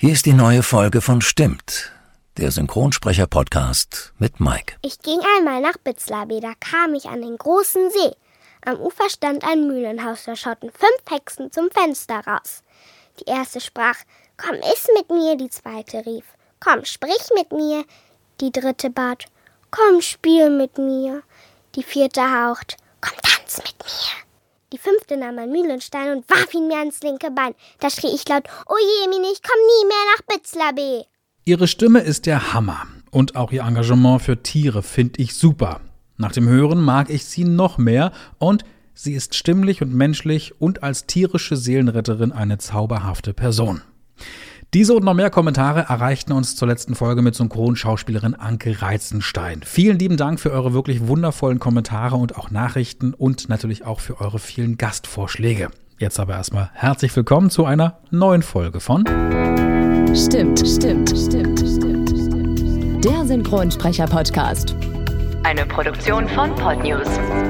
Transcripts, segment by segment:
Hier ist die neue Folge von Stimmt, der Synchronsprecher-Podcast mit Mike. Ich ging einmal nach Bitzlabe, da kam ich an den großen See. Am Ufer stand ein Mühlenhaus, da schauten 5 Hexen zum Fenster raus. Die erste sprach, komm, iss mit mir, die zweite rief, komm, sprich mit mir. Die dritte bat, komm, spiel mit mir. Die vierte haucht, komm, tanz mit mir. Die 5. nahm einen Mühlenstein und warf ihn mir ans linke Bein. Da schrie ich laut, oh Jemine, ich komm nie mehr nach Bitzlabe. Ihre Stimme ist der Hammer und auch ihr Engagement für Tiere finde ich super. Nach dem Hören mag ich sie noch mehr und sie ist stimmlich und menschlich und als tierische Seelenretterin eine zauberhafte Person. Diese und noch mehr Kommentare erreichten uns zur letzten Folge mit Synchronschauspielerin Anke Reitzenstein. Vielen lieben Dank für eure wirklich wundervollen Kommentare und auch Nachrichten und natürlich auch für eure vielen Gastvorschläge. Jetzt aber erstmal herzlich willkommen zu einer neuen Folge von Stimmt. Der Synchronsprecher-Podcast. Eine Produktion von Podnews.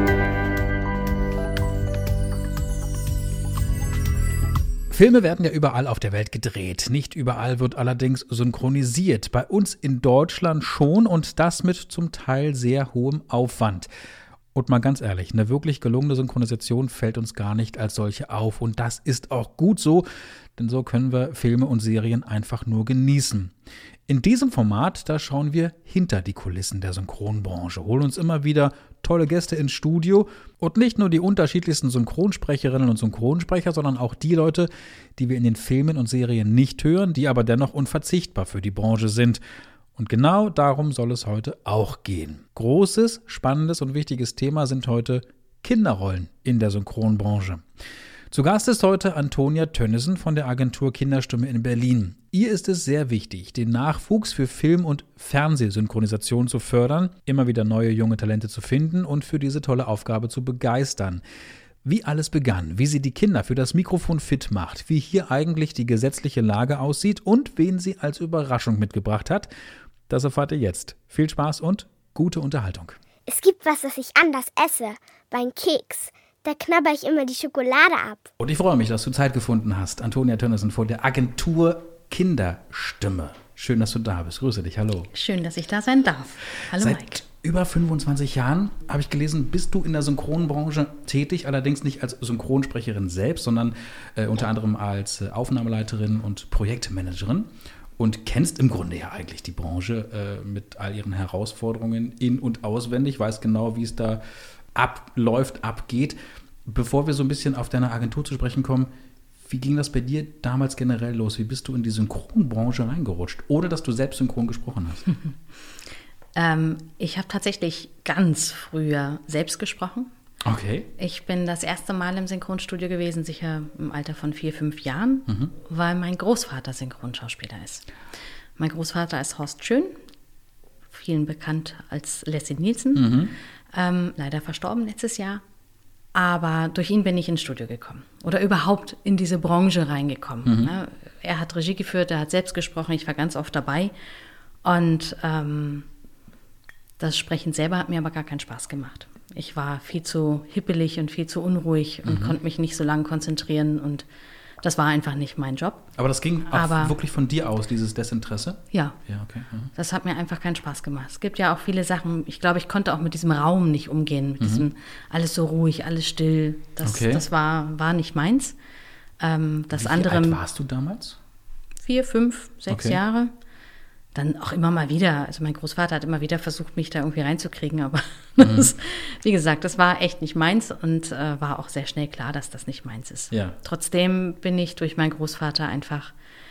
Filme werden ja überall auf der Welt gedreht. Nicht überall wird allerdings synchronisiert. Bei uns in Deutschland schon und das mit zum Teil sehr hohem Aufwand. Und mal ganz ehrlich, eine wirklich gelungene Synchronisation fällt uns gar nicht als solche auf. Und das ist auch gut so, denn so können wir Filme und Serien einfach nur genießen. In diesem Format, da schauen wir hinter die Kulissen der Synchronbranche, holen uns immer wieder tolle Gäste ins Studio und nicht nur die unterschiedlichsten Synchronsprecherinnen und Synchronsprecher, sondern auch die Leute, die wir in den Filmen und Serien nicht hören, die aber dennoch unverzichtbar für die Branche sind. Und genau darum soll es heute auch gehen. Großes, spannendes und wichtiges Thema sind heute Kinderrollen in der Synchronbranche. Zu Gast ist heute Antonia Tönnissen von der Agentur Kinderstimme in Berlin. Ihr ist es sehr wichtig, den Nachwuchs für Film- und Fernsehsynchronisation zu fördern, immer wieder neue junge Talente zu finden und für diese tolle Aufgabe zu begeistern. Wie alles begann, wie sie die Kinder für das Mikrofon fit macht, wie hier eigentlich die gesetzliche Lage aussieht und wen sie als Überraschung mitgebracht hat, das erfahrt ihr jetzt. Viel Spaß und gute Unterhaltung. Es gibt was ich anders esse, beim Keks. Da knabber ich immer die Schokolade ab. Und ich freue mich, dass du Zeit gefunden hast. Antonia Tönnissen von der Agentur Kinderstimme. Schön, dass du da bist. Grüße dich, hallo. Schön, dass ich da sein darf. Hallo Mike. Seit über 25 Jahren, habe ich gelesen, bist du in der Synchronbranche tätig, allerdings nicht als Synchronsprecherin selbst, sondern unter anderem als Aufnahmeleiterin und Projektmanagerin und kennst im Grunde ja eigentlich die Branche mit all ihren Herausforderungen in- und auswendig, weißt genau, wie es da abläuft, abgeht. Bevor wir so ein bisschen auf deine Agentur zu sprechen kommen, wie ging das bei dir damals generell los? Wie bist du in die Synchronbranche reingerutscht, ohne dass du selbst synchron gesprochen hast? Ich habe tatsächlich ganz früher selbst gesprochen. Okay. Ich bin das erste Mal im Synchronstudio gewesen, sicher im Alter von 4, 5 Jahren, weil mein Großvater Synchronschauspieler ist. Mein Großvater ist Horst Schön, vielen bekannt als Leslie Nielsen. Leider verstorben letztes Jahr. Aber durch ihn bin ich ins Studio gekommen oder überhaupt in diese Branche reingekommen. Er hat Regie geführt, er hat selbst gesprochen, ich war ganz oft dabei. Und das Sprechen selber hat mir aber gar keinen Spaß gemacht. Ich war viel zu hippelig und viel zu unruhig und konnte mich nicht so lange konzentrieren und das war einfach nicht mein Job. Aber das ging auch wirklich von dir aus, dieses Desinteresse? Ja. Ja, okay. Das hat mir einfach keinen Spaß gemacht. Es gibt ja auch viele Sachen, ich glaube, ich konnte auch mit diesem Raum nicht umgehen, mit diesem alles so ruhig, alles still. Das war nicht meins. Wie alt warst du damals? 4, 5, 6 Jahre. Dann auch immer mal wieder, also mein Großvater hat immer wieder versucht, mich da irgendwie reinzukriegen, aber wie gesagt, das war echt nicht meins und war auch sehr schnell klar, dass das nicht meins ist. Ja. Trotzdem bin ich durch meinen Großvater einfach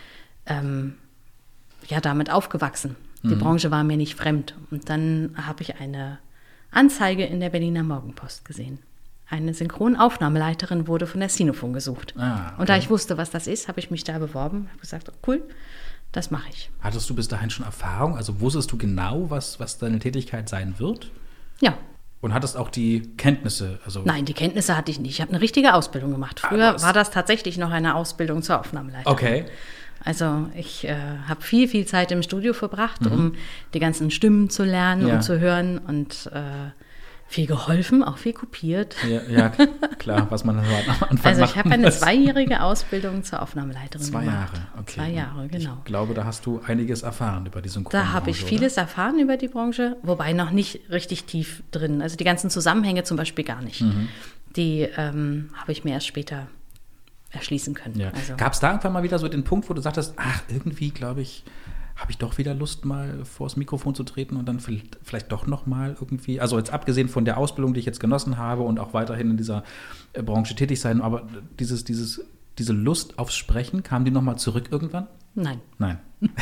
damit aufgewachsen. Die Branche war mir nicht fremd. Und dann habe ich eine Anzeige in der Berliner Morgenpost gesehen. Eine Synchronaufnahmeleiterin wurde von der Sinofon gesucht. Und da ich wusste, was das ist, habe ich mich da beworben, habe gesagt, oh, cool. Das mache ich. Hattest du bis dahin schon Erfahrung? Also wusstest du genau, was deine Tätigkeit sein wird? Ja. Und hattest auch die Kenntnisse? Nein, die Kenntnisse hatte ich nicht. Ich habe eine richtige Ausbildung gemacht. Früher war das tatsächlich noch eine Ausbildung zur Aufnahmeleiterin. Okay. Also ich habe viel, viel Zeit im Studio verbracht, um die ganzen Stimmen zu lernen und zu hören und Viel geholfen, auch viel kopiert. Ja, klar, was man am Anfang macht. Also ich habe eine 2-jährige Ausbildung zur Aufnahmeleiterin 2 gemacht. Jahre, okay. 2 Jahre, genau. Ich glaube, da hast du einiges erfahren über die Synchronbranche. Da habe ich vieles erfahren über die Branche, wobei noch nicht richtig tief drin. Also die ganzen Zusammenhänge zum Beispiel gar nicht. Die habe ich mir erst später erschließen können. Ja. Also. Gab es da irgendwann mal wieder so den Punkt, wo du sagtest, irgendwie, glaube ich, habe ich doch wieder Lust, mal vors Mikrofon zu treten und dann vielleicht doch noch mal irgendwie, also jetzt abgesehen von der Ausbildung, die ich jetzt genossen habe und auch weiterhin in dieser Branche tätig sein, aber diese Lust aufs Sprechen, kam die noch mal zurück irgendwann? Nein. Nein,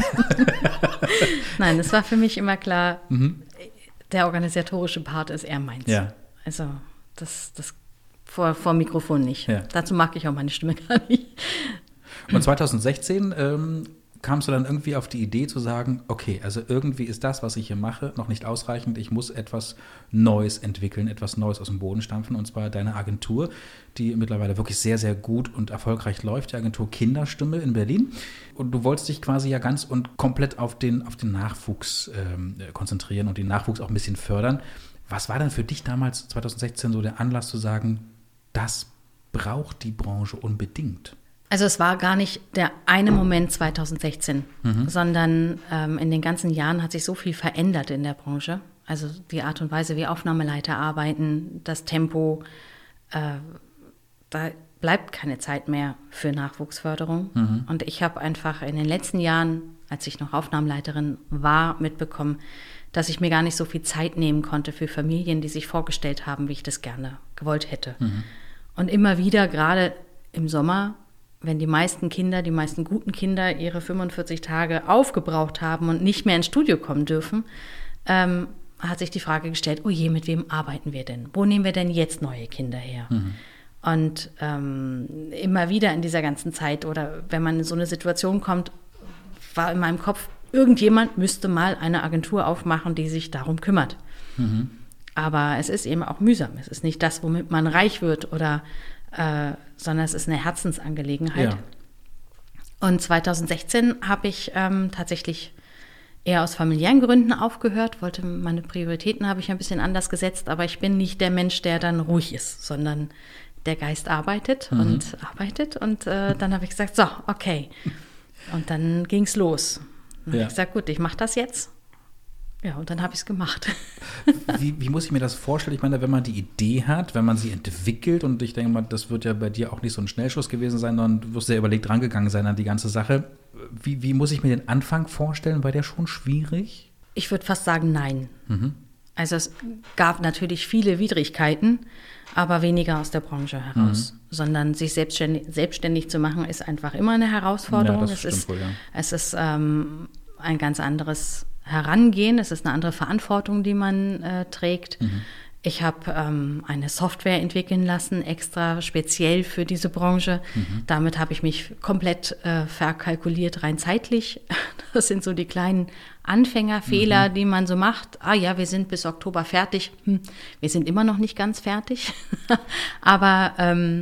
es war für mich immer klar, der organisatorische Part ist eher meins. Ja. Also das vor Mikrofon nicht. Ja. Dazu mag ich auch meine Stimme gar nicht. Und 2016 kamst du dann irgendwie auf die Idee zu sagen, okay, also irgendwie ist das, was ich hier mache, noch nicht ausreichend. Ich muss etwas Neues entwickeln, etwas Neues aus dem Boden stampfen. Und zwar deine Agentur, die mittlerweile wirklich sehr, sehr gut und erfolgreich läuft, die Agentur Kinderstimme in Berlin. Und du wolltest dich quasi ja ganz und komplett auf den Nachwuchs konzentrieren und den Nachwuchs auch ein bisschen fördern. Was war denn für dich damals, 2016, so der Anlass zu sagen, das braucht die Branche unbedingt? Also es war gar nicht der eine Moment 2016, sondern in den ganzen Jahren hat sich so viel verändert in der Branche. Also die Art und Weise, wie Aufnahmeleiter arbeiten, das Tempo, da bleibt keine Zeit mehr für Nachwuchsförderung. Und ich habe einfach in den letzten Jahren, als ich noch Aufnahmeleiterin war, mitbekommen, dass ich mir gar nicht so viel Zeit nehmen konnte für Familien, die sich vorgestellt haben, wie ich das gerne gewollt hätte. Und immer wieder, gerade im Sommer, wenn die meisten guten Kinder ihre 45 Tage aufgebraucht haben und nicht mehr ins Studio kommen dürfen, hat sich die Frage gestellt, oh je, mit wem arbeiten wir denn? Wo nehmen wir denn jetzt neue Kinder her? Und immer wieder in dieser ganzen Zeit oder wenn man in so eine Situation kommt, war in meinem Kopf, irgendjemand müsste mal eine Agentur aufmachen, die sich darum kümmert. Aber es ist eben auch mühsam. Es ist nicht das, womit man reich wird oder sondern es ist eine Herzensangelegenheit. Ja. Und 2016 habe ich tatsächlich eher aus familiären Gründen aufgehört, meine Prioritäten habe ich ein bisschen anders gesetzt, aber ich bin nicht der Mensch, der dann ruhig ist, sondern der Geist arbeitet und dann habe ich gesagt, so, okay. Und dann ging es los. Dann habe ich gesagt, gut, ich mache das jetzt. Ja, und dann habe ich es gemacht. Wie muss ich mir das vorstellen? Ich meine, wenn man die Idee hat, wenn man sie entwickelt, und ich denke mal, das wird ja bei dir auch nicht so ein Schnellschuss gewesen sein, sondern du wirst sehr überlegt rangegangen sein an die ganze Sache. Wie muss ich mir den Anfang vorstellen? War der schon schwierig? Ich würde fast sagen, nein. Also es gab natürlich viele Widrigkeiten, aber weniger aus der Branche heraus. Sondern sich selbstständig zu machen, ist einfach immer eine Herausforderung. Ja, das stimmt wohl, ja. Es ist ein ganz anderes Herangehen. Es ist eine andere Verantwortung, die man trägt. Ich habe eine Software entwickeln lassen, extra speziell für diese Branche. Damit habe ich mich komplett verkalkuliert, rein zeitlich. Das sind so die kleinen Anfängerfehler, die man so macht. Ah ja, wir sind bis Oktober fertig. Wir sind immer noch nicht ganz fertig. Aber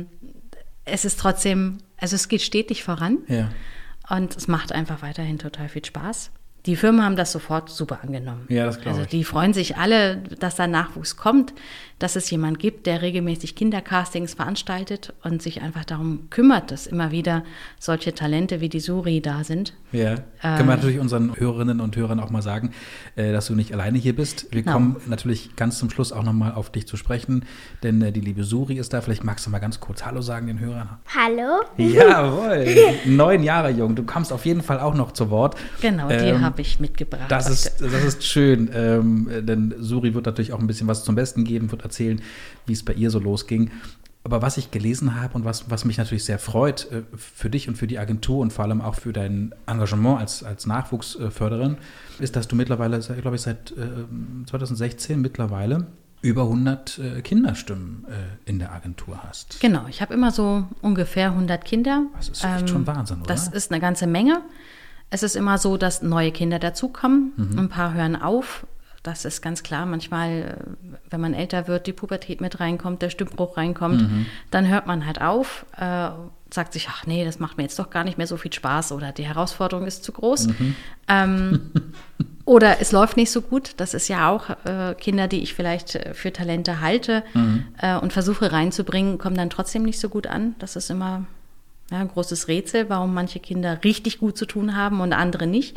es ist trotzdem, also es geht stetig voran. Ja. Und es macht einfach weiterhin total viel Spaß. Die Firmen haben das sofort super angenommen. Ja, das glaube ich. Also die freuen sich alle, dass da Nachwuchs kommt, dass es jemand gibt, der regelmäßig Kindercastings veranstaltet und sich einfach darum kümmert, dass immer wieder solche Talente wie die Suri da sind. Ja, können wir natürlich unseren Hörerinnen und Hörern auch mal sagen, dass du nicht alleine hier bist. Wir kommen natürlich ganz zum Schluss auch nochmal auf dich zu sprechen, denn die liebe Suri ist da. Vielleicht magst du mal ganz kurz Hallo sagen den Hörern. Hallo. Jawohl, 9 Jahre jung. Du kommst auf jeden Fall auch noch zu Wort. Genau, die habe ich mitgebracht. Das ist schön, denn Suri wird natürlich auch ein bisschen was zum Besten geben, wird erzählen, wie es bei ihr so losging. Aber was ich gelesen habe und was mich natürlich sehr freut für dich und für die Agentur und vor allem auch für dein Engagement als Nachwuchsförderin, ist, dass du mittlerweile, glaube ich, seit 2016 mittlerweile über 100 Kinderstimmen in der Agentur hast. Genau, ich habe immer so ungefähr 100 Kinder. Das ist echt schon Wahnsinn, oder? Das ist eine ganze Menge. Es ist immer so, dass neue Kinder dazukommen. Ein paar hören auf. Das ist ganz klar. Manchmal, wenn man älter wird, die Pubertät mit reinkommt, der Stimmbruch reinkommt, dann hört man halt auf, sagt sich, ach nee, das macht mir jetzt doch gar nicht mehr so viel Spaß oder die Herausforderung ist zu groß. Oder es läuft nicht so gut. Das ist ja auch Kinder, die ich vielleicht für Talente halte und versuche reinzubringen, kommen dann trotzdem nicht so gut an. Das ist immer ein großes Rätsel, warum manche Kinder richtig gut zu tun haben und andere nicht.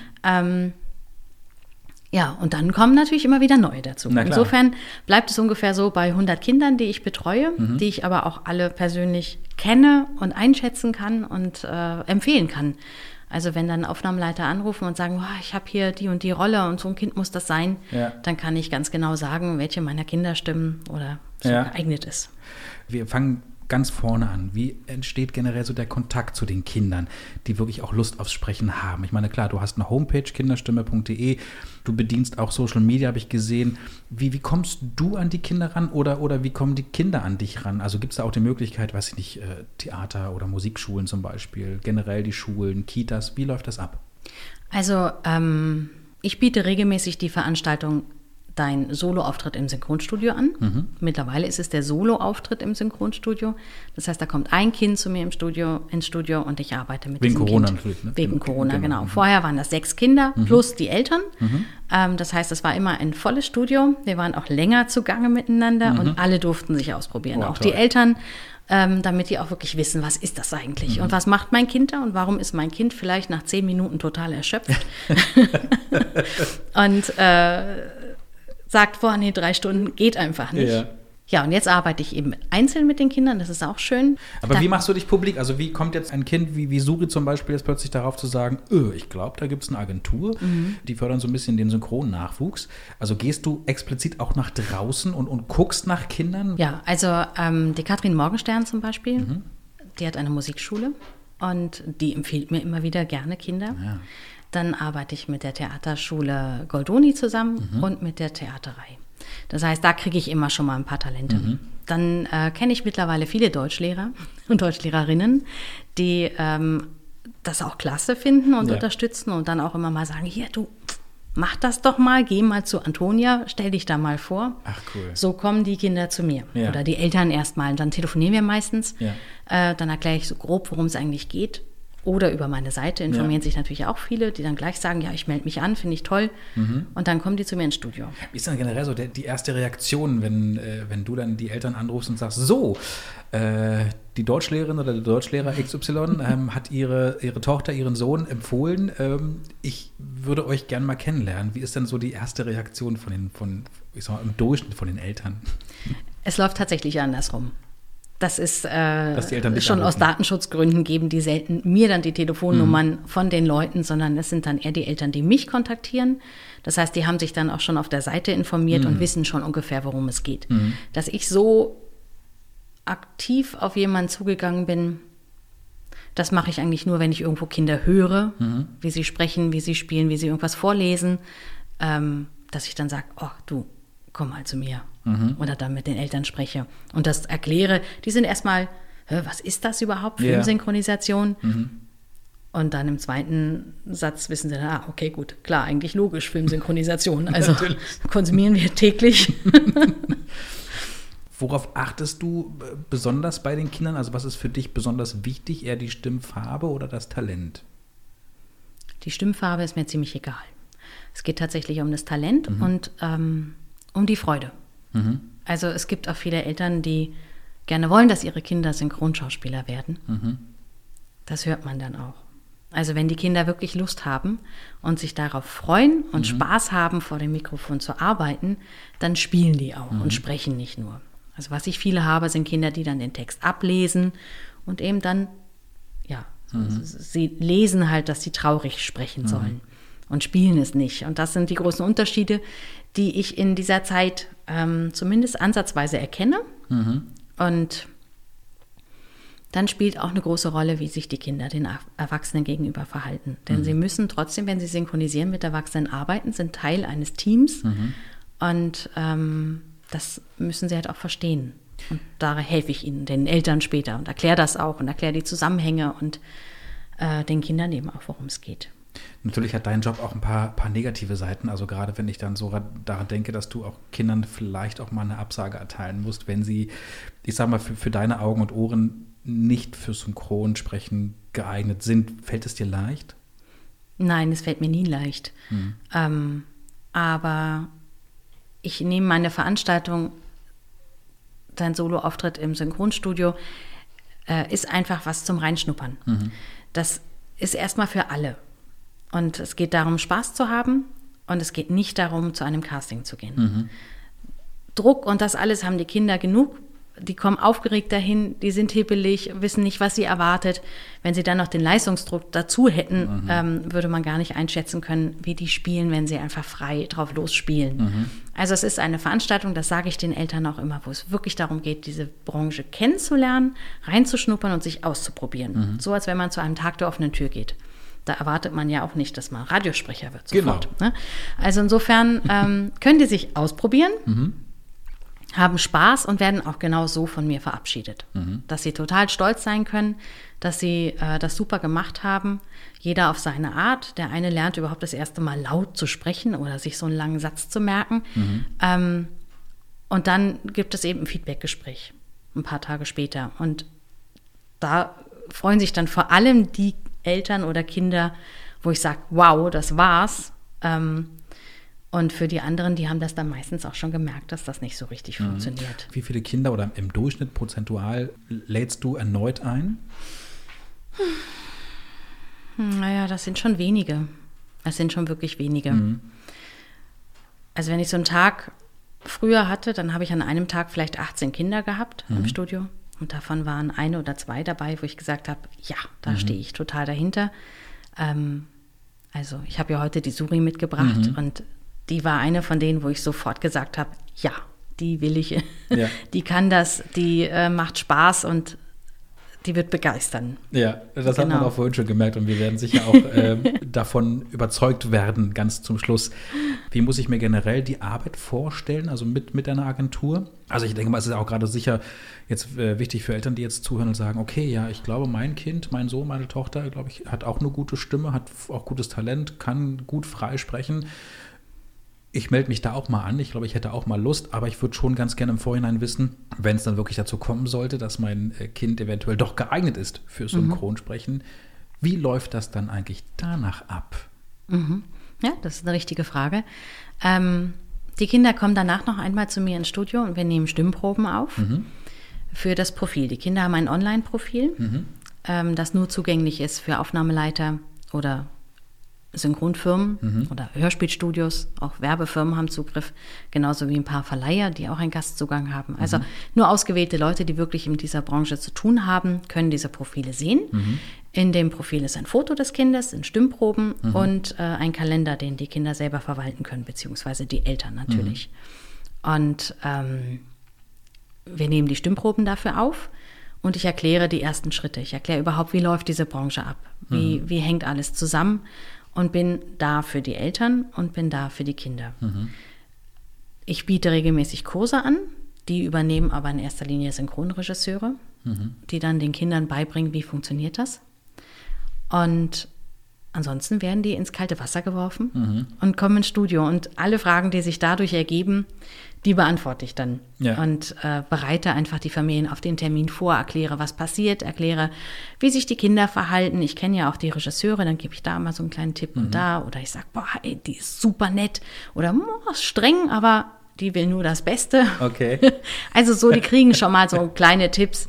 Und dann kommen natürlich immer wieder neue dazu. Insofern bleibt es ungefähr so bei 100 Kindern, die ich betreue, die ich aber auch alle persönlich kenne und einschätzen kann und empfehlen kann. Also wenn dann Aufnahmeleiter anrufen und sagen, ich habe hier die und die Rolle und so ein Kind muss das sein, dann kann ich ganz genau sagen, welche meiner Kinderstimmen oder so geeignet ist. Wir fangen ganz vorne an. Wie entsteht generell so der Kontakt zu den Kindern, die wirklich auch Lust aufs Sprechen haben? Ich meine, klar, du hast eine Homepage, kinderstimme.de, du bedienst auch Social Media, habe ich gesehen. Wie kommst du an die Kinder ran oder wie kommen die Kinder an dich ran? Also gibt es da auch die Möglichkeit, weiß ich nicht, Theater- oder Musikschulen zum Beispiel, generell die Schulen, Kitas, wie läuft das ab? Also ich biete regelmäßig die Veranstaltung Dein Solo-Auftritt im Synchronstudio an. Mittlerweile ist es der Solo-Auftritt im Synchronstudio. Das heißt, da kommt ein Kind zu mir ins Studio und ich arbeite mit diesem Kind. Wegen Corona natürlich, ne? Wegen Corona, genau. Vorher waren das 6 Kinder plus die Eltern. Das heißt, es war immer ein volles Studio. Wir waren auch länger zugange miteinander und alle durften sich ausprobieren. Auch toll. Die Eltern, damit die auch wirklich wissen, was ist das eigentlich und was macht mein Kind da und warum ist mein Kind vielleicht nach 10 Minuten total erschöpft und sagt, 3 Stunden geht einfach nicht. Ja, und jetzt arbeite ich eben einzeln mit den Kindern, das ist auch schön. Aber wie machst du dich publik? Also wie kommt jetzt ein Kind wie Suri zum Beispiel jetzt plötzlich darauf zu sagen, ich glaube, da gibt es eine Agentur, die fördern so ein bisschen den Synchronnachwuchs. Also gehst du explizit auch nach draußen und guckst nach Kindern? Ja, also die Katrin Morgenstern zum Beispiel, die hat eine Musikschule und die empfiehlt mir immer wieder gerne Kinder. Ja. Dann arbeite ich mit der Theaterschule Goldoni zusammen und mit der Theaterei. Das heißt, da kriege ich immer schon mal ein paar Talente. Dann kenne ich mittlerweile viele Deutschlehrer und Deutschlehrerinnen, die das auch klasse finden und unterstützen und dann auch immer mal sagen, hier, du, mach das doch mal, geh mal zu Antonia, stell dich da mal vor. Ach cool. So kommen die Kinder zu mir. Ja. Oder die Eltern erstmal. Dann telefonieren wir meistens. Ja. Dann erkläre ich so grob, worum es eigentlich geht. Oder über meine Seite informieren sich natürlich auch viele, die dann gleich sagen, ja, ich melde mich an, finde ich toll. Und dann kommen die zu mir ins Studio. Wie ist dann generell so die erste Reaktion, wenn du dann die Eltern anrufst und sagst, so, die Deutschlehrerin oder der Deutschlehrer XY hat ihre Tochter, ihren Sohn empfohlen, ich würde euch gerne mal kennenlernen. Wie ist denn so die erste Reaktion im Durchschnitt von den Eltern? Es läuft tatsächlich andersrum. Das ist schon aus Datenschutzgründen geben die selten mir dann die Telefonnummern von den Leuten, sondern es sind dann eher die Eltern, die mich kontaktieren. Das heißt, die haben sich dann auch schon auf der Seite informiert und wissen schon ungefähr, worum es geht. Dass ich so aktiv auf jemanden zugegangen bin, das mache ich eigentlich nur, wenn ich irgendwo Kinder höre, wie sie sprechen, wie sie spielen, wie sie irgendwas vorlesen, dass ich dann sage, du, komm mal zu mir. Oder dann mit den Eltern spreche und das erkläre. Die sind erstmal, was ist das überhaupt, Filmsynchronisation? Und dann im zweiten Satz wissen sie dann, okay, gut, klar, eigentlich logisch, Filmsynchronisation. Also konsumieren wir täglich. Worauf achtest du besonders bei den Kindern? Also was ist für dich besonders wichtig, eher die Stimmfarbe oder das Talent? Die Stimmfarbe ist mir ziemlich egal. Es geht tatsächlich um das Talent und um die Freude. Also es gibt auch viele Eltern, die gerne wollen, dass ihre Kinder Synchronschauspieler werden. Das hört man dann auch. Also wenn die Kinder wirklich Lust haben und sich darauf freuen und Spaß haben, vor dem Mikrofon zu arbeiten, dann spielen die auch und sprechen nicht nur. Also was ich viele habe, sind Kinder, die dann den Text ablesen und eben dann, sie lesen halt, dass sie traurig sprechen sollen und spielen es nicht. Und das sind die großen Unterschiede, die ich in dieser Zeit zumindest ansatzweise erkenne. Und dann spielt auch eine große Rolle, wie sich die Kinder den Erwachsenen gegenüber verhalten. Denn sie müssen trotzdem, wenn sie synchronisieren, mit Erwachsenen arbeiten, sind Teil eines Teams. Und das müssen sie halt auch verstehen. Und da helfe ich ihnen, den Eltern später und erkläre das auch und erkläre die Zusammenhänge und den Kindern eben auch, worum es geht. Natürlich hat dein Job auch ein paar negative Seiten. Also gerade wenn ich dann so daran denke, dass du auch Kindern vielleicht auch mal eine Absage erteilen musst, wenn sie, ich sag mal, für deine Augen und Ohren nicht für Synchronsprechen geeignet sind. Fällt es dir leicht? Nein, es fällt mir nie leicht. Aber ich nehme meine Veranstaltung, dein Solo-Auftritt im Synchronstudio, ist einfach was zum Reinschnuppern. Das ist erstmal für alle. Und es geht darum, Spaß zu haben. Und es geht nicht darum, zu einem Casting zu gehen. Druck und das alles haben die Kinder genug. Die kommen aufgeregt dahin, die sind hibbelig, wissen nicht, was sie erwartet. Wenn sie dann noch den Leistungsdruck dazu hätten, würde man gar nicht einschätzen können, wie die spielen, wenn sie einfach frei drauf losspielen. Also es ist eine Veranstaltung, das sage ich den Eltern auch immer, wo es wirklich darum geht, diese Branche kennenzulernen, reinzuschnuppern und sich auszuprobieren. So als wenn man zu einem Tag der offenen Tür geht. Da erwartet man ja auch nicht, dass man Radiosprecher wird sofort. Genau. Ne? Also insofern können die sich ausprobieren, haben Spaß und werden auch genau so von mir verabschiedet. Dass sie total stolz sein können, dass sie das super gemacht haben. Jeder auf seine Art. Der eine lernt überhaupt das erste Mal laut zu sprechen oder sich so einen langen Satz zu merken. Und dann gibt es eben ein Feedbackgespräch ein paar Tage später. Und da freuen sich dann vor allem die Eltern oder Kinder, wo ich sage, wow, das war's. Und für die anderen, die haben das dann meistens auch schon gemerkt, dass das nicht so richtig funktioniert. Wie viele Kinder oder im Durchschnitt prozentual lädst du erneut ein? Naja, das sind schon wenige. Das sind schon wirklich wenige. Also wenn ich so einen Tag früher hatte, dann habe ich an einem Tag vielleicht 18 Kinder gehabt im Studio. Und davon waren 1 oder 2 dabei, wo ich gesagt habe, ja, da stehe ich total dahinter. Also ich habe ja heute die Suri mitgebracht und die war eine von denen, wo ich sofort gesagt habe, ja, die will ich, die kann das, die macht Spaß und die wird begeistern. Ja, das hat man auch vorhin schon gemerkt und wir werden sicher auch davon überzeugt werden, ganz zum Schluss. Wie muss ich mir generell die Arbeit vorstellen, also mit einer Agentur? Also ich denke mal, es ist auch gerade sicher jetzt wichtig für Eltern, die jetzt zuhören und sagen, okay, ja, ich glaube, mein Kind, mein Sohn, meine Tochter, glaube ich, hat auch eine gute Stimme, hat auch gutes Talent, kann gut frei sprechen. Ich melde mich da auch mal an. Ich glaube, ich hätte auch mal Lust, aber ich würde schon ganz gerne im Vorhinein wissen, wenn es dann wirklich dazu kommen sollte, dass mein Kind eventuell doch geeignet ist für Synchronsprechen. Wie läuft das dann eigentlich danach ab? Ja, das ist eine richtige Frage. Die Kinder kommen danach noch einmal zu mir ins Studio und wir nehmen Stimmproben auf für das Profil. Die Kinder haben ein Online-Profil, das nur zugänglich ist für Aufnahmeleiter oder Synchronfirmen oder Hörspielstudios, auch Werbefirmen haben Zugriff, genauso wie ein paar Verleiher, die auch einen Gastzugang haben. Also nur ausgewählte Leute, die wirklich in dieser Branche zu tun haben, können diese Profile sehen. In dem Profil ist ein Foto des Kindes, sind Stimmproben und ein Kalender, den die Kinder selber verwalten können, beziehungsweise die Eltern natürlich. Und wir nehmen die Stimmproben dafür auf und ich erkläre die ersten Schritte. Ich erkläre überhaupt, wie läuft diese Branche ab, wie hängt alles zusammen. Und bin da für die Eltern und bin da für die Kinder. Ich biete regelmäßig Kurse an, die übernehmen aber in erster Linie Synchronregisseure, die dann den Kindern beibringen, wie funktioniert das. Und ansonsten werden die ins kalte Wasser geworfen und kommen ins Studio. Und alle Fragen, die sich dadurch ergeben, die beantworte ich dann. Ja. Und bereite einfach die Familien auf den Termin vor, erkläre, was passiert, erkläre, wie sich die Kinder verhalten. Ich kenne ja auch die Regisseure, dann gebe ich da mal so einen kleinen Tipp und da. Oder ich sage, boah, ey, die ist super nett. Oder streng, aber die will nur das Beste. Okay. Also so, die kriegen schon mal so kleine Tipps,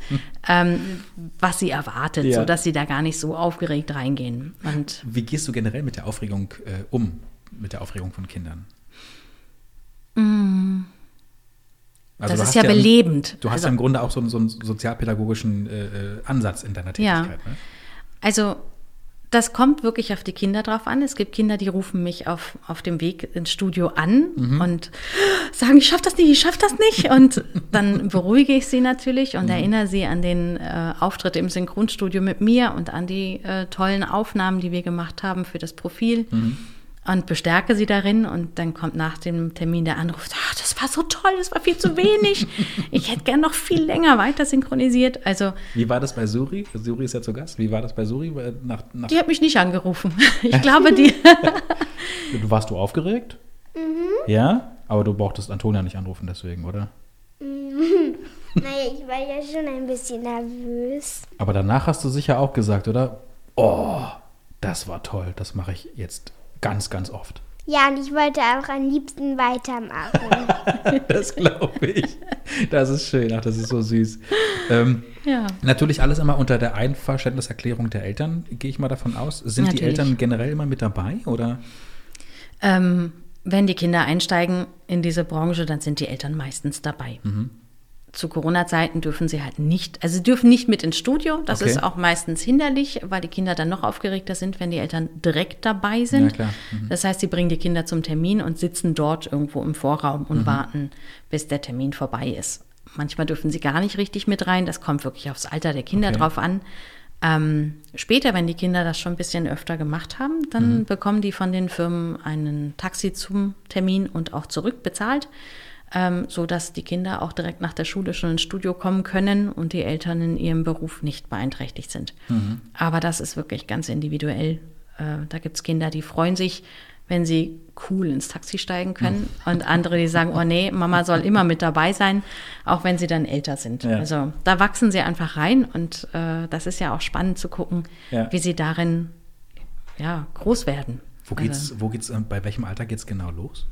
was sie erwartet, sodass sie da gar nicht so aufgeregt reingehen. Und wie gehst du generell mit der Aufregung mit der Aufregung von Kindern? Also das ist ja belebend. Du hast ja im Grunde auch so einen sozialpädagogischen Ansatz in deiner Tätigkeit. Ja. Ne? Also das kommt wirklich auf die Kinder drauf an. Es gibt Kinder, die rufen mich auf dem Weg ins Studio an und sagen, ich schaff das nicht. Und dann beruhige ich sie natürlich und erinnere sie an den Auftritt im Synchronstudio mit mir und an die tollen Aufnahmen, die wir gemacht haben für das Profil. Und bestärke sie darin und dann kommt nach dem Termin der Anruf, das war so toll, das war viel zu wenig. Ich hätte gern noch viel länger weiter synchronisiert. Also, wie war das bei Suri? Suri ist ja zu Gast. Wie war das bei Suri? Die hat mich nicht angerufen. Ich glaube, die... Warst du aufgeregt? Ja? Aber du brauchtest Antonia nicht anrufen deswegen, oder? Naja, ich war ja schon ein bisschen nervös. Aber danach hast du sicher auch gesagt, oder? Oh, Das war toll. Das mache ich jetzt ganz, ganz oft. Ja, und ich wollte auch am liebsten weitermachen. Das glaube ich. Das ist schön. Ach, das ist so süß. Ja. Natürlich alles immer unter der Einverständniserklärung der Eltern, gehe ich mal davon aus. Sind Natürlich. Die Eltern generell immer mit dabei, oder? Wenn die Kinder einsteigen in diese Branche, dann sind die Eltern meistens dabei. Zu Corona-Zeiten dürfen sie halt nicht, also sie dürfen nicht mit ins Studio. Das Okay. ist auch meistens hinderlich, weil die Kinder dann noch aufgeregter sind, wenn die Eltern direkt dabei sind. Ja, klar. Das heißt, sie bringen die Kinder zum Termin und sitzen dort irgendwo im Vorraum und warten, bis der Termin vorbei ist. Manchmal dürfen sie gar nicht richtig mit rein. Das kommt wirklich aufs Alter der Kinder drauf an. Später, wenn die Kinder das schon ein bisschen öfter gemacht haben, dann bekommen die von den Firmen einen Taxi zum Termin und auch zurück bezahlt, sodass die Kinder auch direkt nach der Schule schon ins Studio kommen können und die Eltern in ihrem Beruf nicht beeinträchtigt sind. Aber das ist wirklich ganz individuell. Da gibt es Kinder, die freuen sich, wenn sie cool ins Taxi steigen können und andere, die sagen, oh nee, Mama soll immer mit dabei sein, auch wenn sie dann älter sind. Ja. Also da wachsen sie einfach rein und das ist ja auch spannend zu gucken, wie sie darin groß werden. Bei welchem Alter geht's genau los?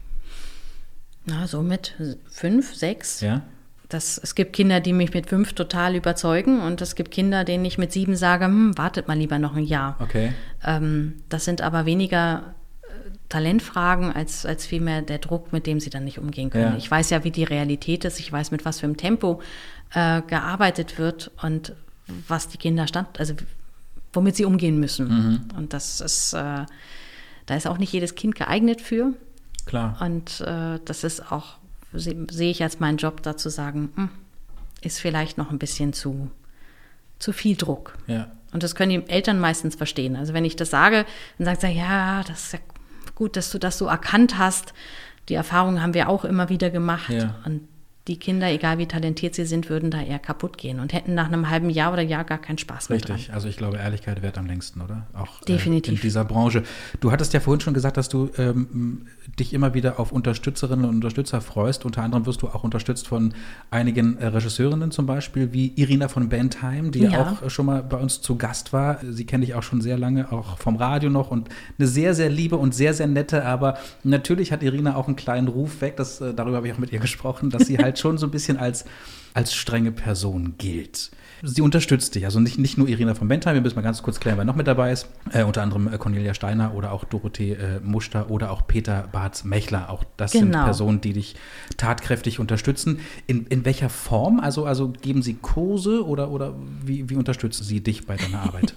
Na, so mit 5, 6. Ja. Es gibt Kinder, die mich mit 5 total überzeugen und es gibt Kinder, denen ich mit 7 sage, wartet mal lieber noch ein Jahr. Okay. Das sind aber weniger Talentfragen als vielmehr der Druck, mit dem sie dann nicht umgehen können. Ja. Ich weiß ja, wie die Realität ist. Ich weiß, mit was für einem Tempo gearbeitet wird und was die Kinder womit sie umgehen müssen. Und das ist, da ist auch nicht jedes Kind geeignet für. Klar. Und das ist auch, sehe ich als meinen Job, da zu sagen, ist vielleicht noch ein bisschen zu viel Druck. Ja. Und das können die Eltern meistens verstehen. Also wenn ich das sage, dann sagt sie, ja, das ist ja gut, dass du das so erkannt hast. Die Erfahrung haben wir auch immer wieder gemacht. Ja. Und die Kinder, egal wie talentiert sie sind, würden da eher kaputt gehen und hätten nach einem halben Jahr oder Jahr gar keinen Spaß mehr dran. Richtig, also ich glaube, Ehrlichkeit währt am längsten, oder? Auch Definitiv. In dieser Branche. Du hattest ja vorhin schon gesagt, dass du dich immer wieder auf Unterstützerinnen und Unterstützer freust. Unter anderem wirst du auch unterstützt von einigen Regisseurinnen zum Beispiel, wie Irina von Bentheim, die auch schon mal bei uns zu Gast war. Sie kenne ich auch schon sehr lange, auch vom Radio noch, und eine sehr, sehr liebe und sehr, sehr nette, aber natürlich hat Irina auch einen kleinen Ruf weg, darüber habe ich auch mit ihr gesprochen, dass sie halt schon so ein bisschen als strenge Person gilt. Sie unterstützt dich, also nicht nur Irina von Bentheim, wir müssen mal ganz kurz klären, wer noch mit dabei ist, unter anderem Cornelia Steiner oder auch Dorothee Muster oder auch Peter Bartz-Mechler, auch das sind Personen, die dich tatkräftig unterstützen. In welcher Form? Also geben sie Kurse oder wie unterstützen sie dich bei deiner Arbeit?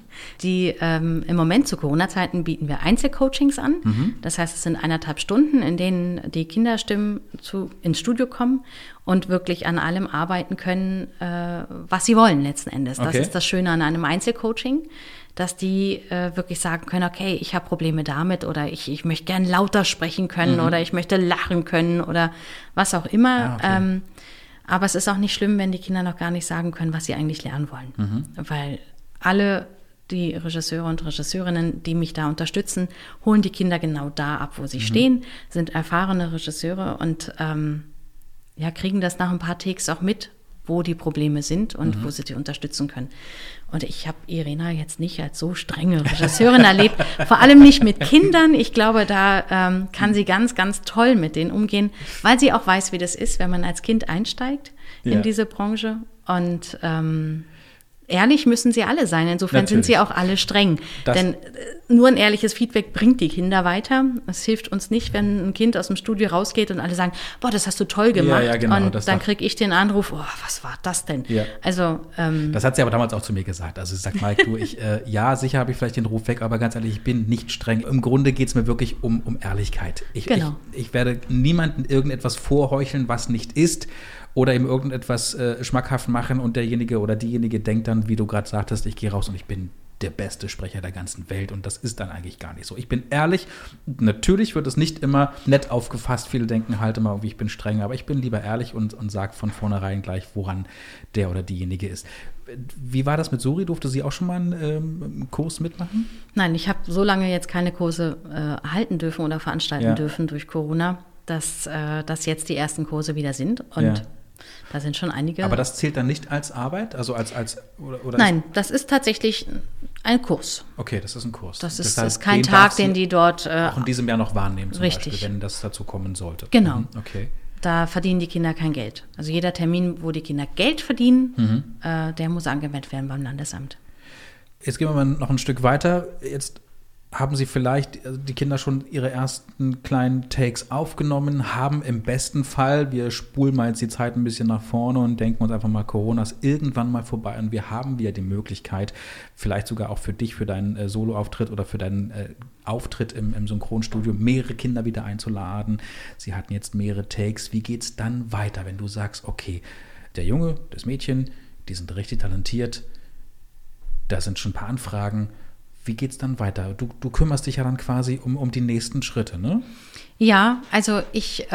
Im Moment zu Corona-Zeiten bieten wir Einzelcoachings an. Das heißt, es sind 1,5 Stunden, in denen die Kinderstimmen ins Studio kommen und wirklich an allem arbeiten können, was sie wollen letzten Endes. Das ist das Schöne an einem Einzelcoaching, dass die wirklich sagen können, okay, ich habe Probleme damit oder ich möchte gern lauter sprechen können oder ich möchte lachen können oder was auch immer. Aber es ist auch nicht schlimm, wenn die Kinder noch gar nicht sagen können, was sie eigentlich lernen wollen. Weil alle die Regisseure und Regisseurinnen, die mich da unterstützen, holen die Kinder genau da ab, wo sie stehen, sind erfahrene Regisseure und kriegen das nach ein paar Takes auch mit, wo die Probleme sind und wo sie die unterstützen können. Und ich habe Irina jetzt nicht als so strenge Regisseurin erlebt, vor allem nicht mit Kindern. Ich glaube, da kann sie ganz, ganz toll mit denen umgehen, weil sie auch weiß, wie das ist, wenn man als Kind einsteigt in diese Branche. Und ehrlich müssen sie alle sein. Insofern sind sie auch alle streng. Denn nur ein ehrliches Feedback bringt die Kinder weiter. Es hilft uns nicht, wenn ein Kind aus dem Studio rausgeht und alle sagen, boah, das hast du toll gemacht. Ja, genau, und dann kriege ich den Anruf, oh, was war das denn? Ja. Also, das hat sie aber damals auch zu mir gesagt. Also sie sagt, Mike, du, sicher habe ich vielleicht den Ruf weg, aber ganz ehrlich, ich bin nicht streng. Im Grunde geht es mir wirklich um Ehrlichkeit. Ich werde niemandem irgendetwas vorheucheln, was nicht ist. Oder ihm irgendetwas schmackhaft machen und derjenige oder diejenige denkt dann, wie du gerade sagtest, ich gehe raus und ich bin der beste Sprecher der ganzen Welt und das ist dann eigentlich gar nicht so. Ich bin ehrlich, natürlich wird es nicht immer nett aufgefasst, viele denken halt immer, ich bin streng, aber ich bin lieber ehrlich und sage von vornherein gleich, woran der oder diejenige ist. Wie war das mit Suri? Durfte sie auch schon mal einen Kurs mitmachen? Nein, ich habe so lange jetzt keine Kurse halten dürfen oder veranstalten dürfen durch Corona, dass jetzt die ersten Kurse wieder sind und da sind schon einige. Aber das zählt dann nicht als Arbeit? Also oder Nein, das ist tatsächlich Ein Kurs. Okay, das ist ein Kurs. Das ist kein Tag, den die dort auch in diesem Jahr noch wahrnehmen, zum richtig. Beispiel, wenn das dazu kommen sollte. Genau. Okay. Da verdienen die Kinder kein Geld. Also jeder Termin, wo die Kinder Geld verdienen, der muss angemeldet werden beim Landesamt. Jetzt gehen wir mal noch ein Stück weiter. Jetzt haben Sie vielleicht die Kinder schon ihre ersten kleinen Takes aufgenommen, haben im besten Fall, wir spulen mal jetzt die Zeit ein bisschen nach vorne und denken uns einfach mal, Corona ist irgendwann mal vorbei und wir haben wieder die Möglichkeit, vielleicht sogar auch für dich, für deinen Soloauftritt oder für deinen Auftritt im Synchronstudio, mehrere Kinder wieder einzuladen. Sie hatten jetzt mehrere Takes. Wie geht's dann weiter, wenn du sagst, okay, der Junge, das Mädchen, die sind richtig talentiert, da sind schon ein paar Anfragen. Wie geht's dann weiter? Du kümmerst dich ja dann quasi um die nächsten Schritte, ne? Ja, also ich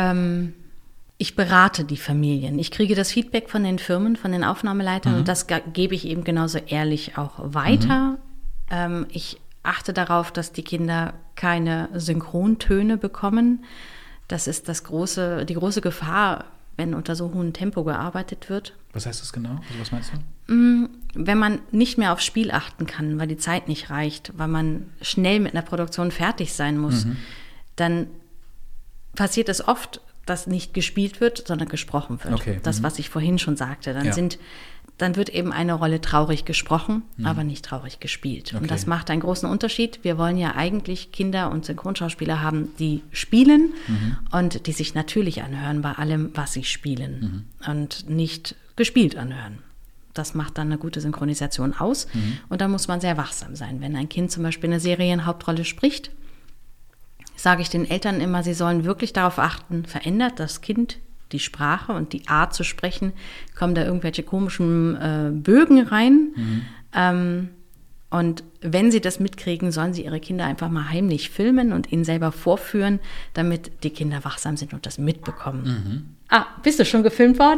berate die Familien. Ich kriege das Feedback von den Firmen, von den Aufnahmeleitern und das gebe ich eben genauso ehrlich auch weiter. Ich achte darauf, dass die Kinder keine Synchrontöne bekommen. Das ist die große Gefahr, wenn unter so hohem Tempo gearbeitet wird. Was heißt das genau? Also was meinst du? Wenn man nicht mehr aufs Spiel achten kann, weil die Zeit nicht reicht, weil man schnell mit einer Produktion fertig sein muss, dann passiert es oft, dass nicht gespielt wird, sondern gesprochen wird. Okay. Das, was ich vorhin schon sagte. Dann wird eben eine Rolle traurig gesprochen, aber nicht traurig gespielt. Okay. Und das macht einen großen Unterschied. Wir wollen ja eigentlich Kinder und Synchronschauspieler haben, die spielen und die sich natürlich anhören bei allem, was sie spielen und nicht gespielt anhören. Das macht dann eine gute Synchronisation aus. Und da muss man sehr wachsam sein. Wenn ein Kind zum Beispiel eine Serienhauptrolle spricht, sage ich den Eltern immer, sie sollen wirklich darauf achten, verändert das Kind die Sprache und die Art zu sprechen, kommen da irgendwelche komischen Bögen rein. Und wenn sie das mitkriegen, sollen sie ihre Kinder einfach mal heimlich filmen und ihnen selber vorführen, damit die Kinder wachsam sind und das mitbekommen. Bist du schon gefilmt worden?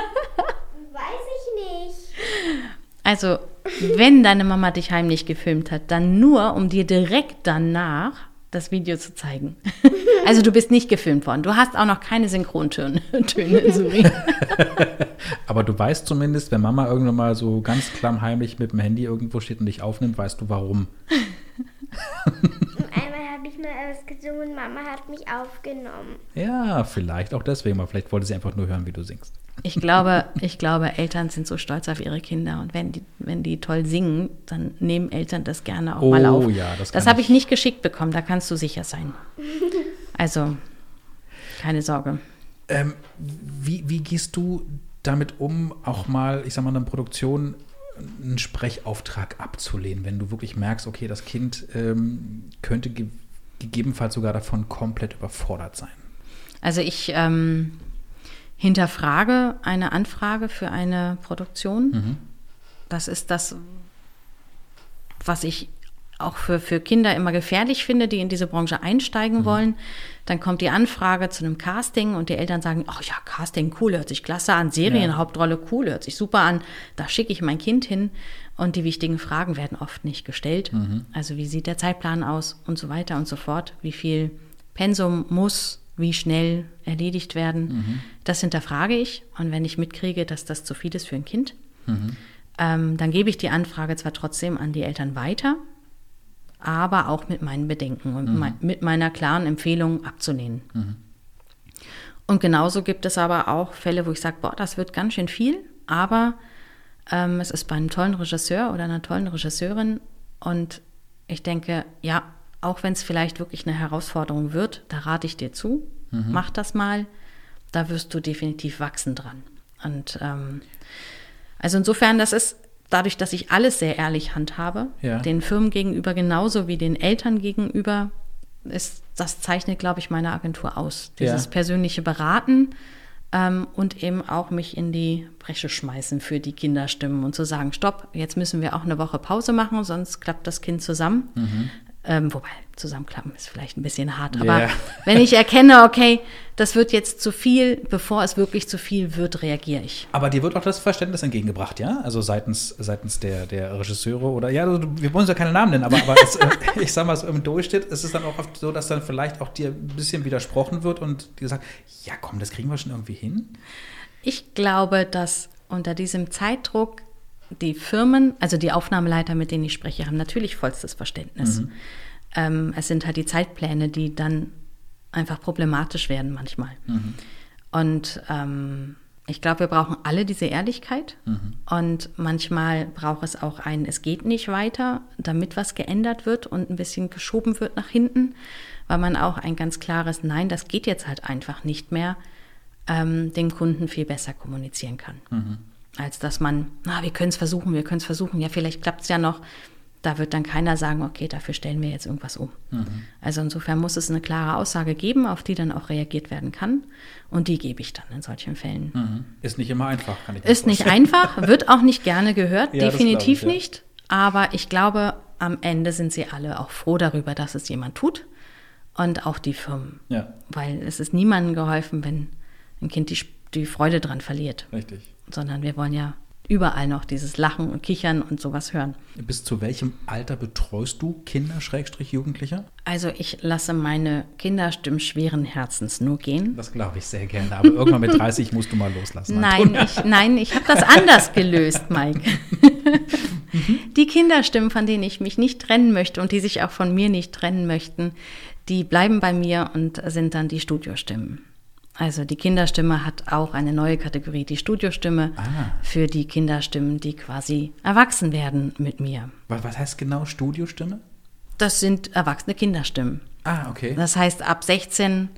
Weiß ich nicht. Also, wenn deine Mama dich heimlich gefilmt hat, dann nur, um dir direkt danach das Video zu zeigen. Also du bist nicht gefilmt worden. Du hast auch noch keine Synchrontöne, Suri. Aber du weißt zumindest, wenn Mama irgendwann mal so ganz klammheimlich mit dem Handy irgendwo steht und dich aufnimmt, weißt du warum. Einmal habe ich mal was gesungen, Mama hat mich aufgenommen. Ja, vielleicht auch deswegen. Aber vielleicht wollte sie einfach nur hören, wie du singst. Ich glaube, Eltern sind so stolz auf ihre Kinder und wenn die toll singen, dann nehmen Eltern das gerne auch mal auf. Ja, das habe ich nicht geschickt bekommen, da kannst du sicher sein. Also, keine Sorge. Wie gehst du damit um, auch mal, ich sag mal, in einer Produktion einen Sprechauftrag abzulehnen, wenn du wirklich merkst, okay, das Kind könnte gegebenenfalls sogar davon komplett überfordert sein? Also ich hinterfrage eine Anfrage für eine Produktion. Das ist das, was ich auch für Kinder immer gefährlich finde, die in diese Branche einsteigen wollen. Dann kommt die Anfrage zu einem Casting und die Eltern sagen, ach ja, Casting, cool, hört sich klasse an, Serienhauptrolle, cool, hört sich super an, da schicke ich mein Kind hin. Und die wichtigen Fragen werden oft nicht gestellt. Also wie sieht der Zeitplan aus und so weiter und so fort. Wie viel Pensum muss wie schnell erledigt werden. Das hinterfrage ich. Und wenn ich mitkriege, dass das zu viel ist für ein Kind, dann gebe ich die Anfrage zwar trotzdem an die Eltern weiter, aber auch mit meinen Bedenken und mit meiner klaren Empfehlung abzulehnen. Und genauso gibt es aber auch Fälle, wo ich sage, das wird ganz schön viel, aber es ist bei einem tollen Regisseur oder einer tollen Regisseurin und ich denke, ja, auch wenn es vielleicht wirklich eine Herausforderung wird, da rate ich dir zu, mach das mal, da wirst du definitiv wachsen dran. Und also insofern, das ist dadurch, dass ich alles sehr ehrlich handhabe, den Firmen gegenüber genauso wie den Eltern gegenüber, das zeichnet, glaube ich, meine Agentur aus. Dieses persönliche Beraten und eben auch mich in die Bresche schmeißen für die Kinderstimmen und zu sagen, stopp, jetzt müssen wir auch eine Woche Pause machen, sonst klappt das Kind zusammen. Wobei, zusammenklappen ist vielleicht ein bisschen hart. Aber wenn ich erkenne, okay, das wird jetzt zu viel, bevor es wirklich zu viel wird, reagiere ich. Aber dir wird auch das Verständnis entgegengebracht, ja? Also seitens der Regisseure oder, wir wollen ja keine Namen nennen, aber ich sag mal, so im Durchschnitt ist es dann auch oft so, dass dann vielleicht auch dir ein bisschen widersprochen wird und die sagen, ja komm, das kriegen wir schon irgendwie hin. Ich glaube, dass unter diesem Zeitdruck die Firmen, also die Aufnahmeleiter, mit denen ich spreche, haben natürlich vollstes Verständnis. Es sind halt die Zeitpläne, die dann einfach problematisch werden manchmal. Und ich glaube, wir brauchen alle diese Ehrlichkeit. Und manchmal braucht es auch es geht nicht weiter, damit was geändert wird und ein bisschen geschoben wird nach hinten, weil man auch ein ganz klares Nein, das geht jetzt halt einfach nicht mehr, dem Kunden viel besser kommunizieren kann. Als dass man, wir können es versuchen, ja, vielleicht klappt es ja noch. Da wird dann keiner sagen, okay, dafür stellen wir jetzt irgendwas um. Also insofern muss es eine klare Aussage geben, auf die dann auch reagiert werden kann. Und die gebe ich dann in solchen Fällen. Ist nicht immer einfach, kann ich mir Ist nicht einfach, wird auch nicht gerne gehört, Ja, definitiv das glaube ich, nicht. Aber ich glaube, am Ende sind sie alle auch froh darüber, dass es jemand tut. Und auch die Firmen. Ja. Weil es ist niemandem geholfen, wenn ein Kind die Freude dran verliert. Richtig. Sondern wir wollen ja überall noch dieses Lachen und Kichern und sowas hören. Bis zu welchem Alter betreust du Kinder/Jugendliche? Also ich lasse meine Kinderstimmen schweren Herzens nur gehen. Das glaube ich sehr gerne, aber irgendwann mit 30 musst du mal loslassen. Nein, ich habe das anders gelöst, Mike. Die Kinderstimmen, von denen ich mich nicht trennen möchte und die sich auch von mir nicht trennen möchten, die bleiben bei mir und sind dann die Studiostimmen. Also die Kinderstimme hat auch eine neue Kategorie, die Studiostimme, für die Kinderstimmen, die quasi erwachsen werden mit mir. Was heißt genau Studiostimme? Das sind erwachsene Kinderstimmen. Okay. Das heißt, ab 16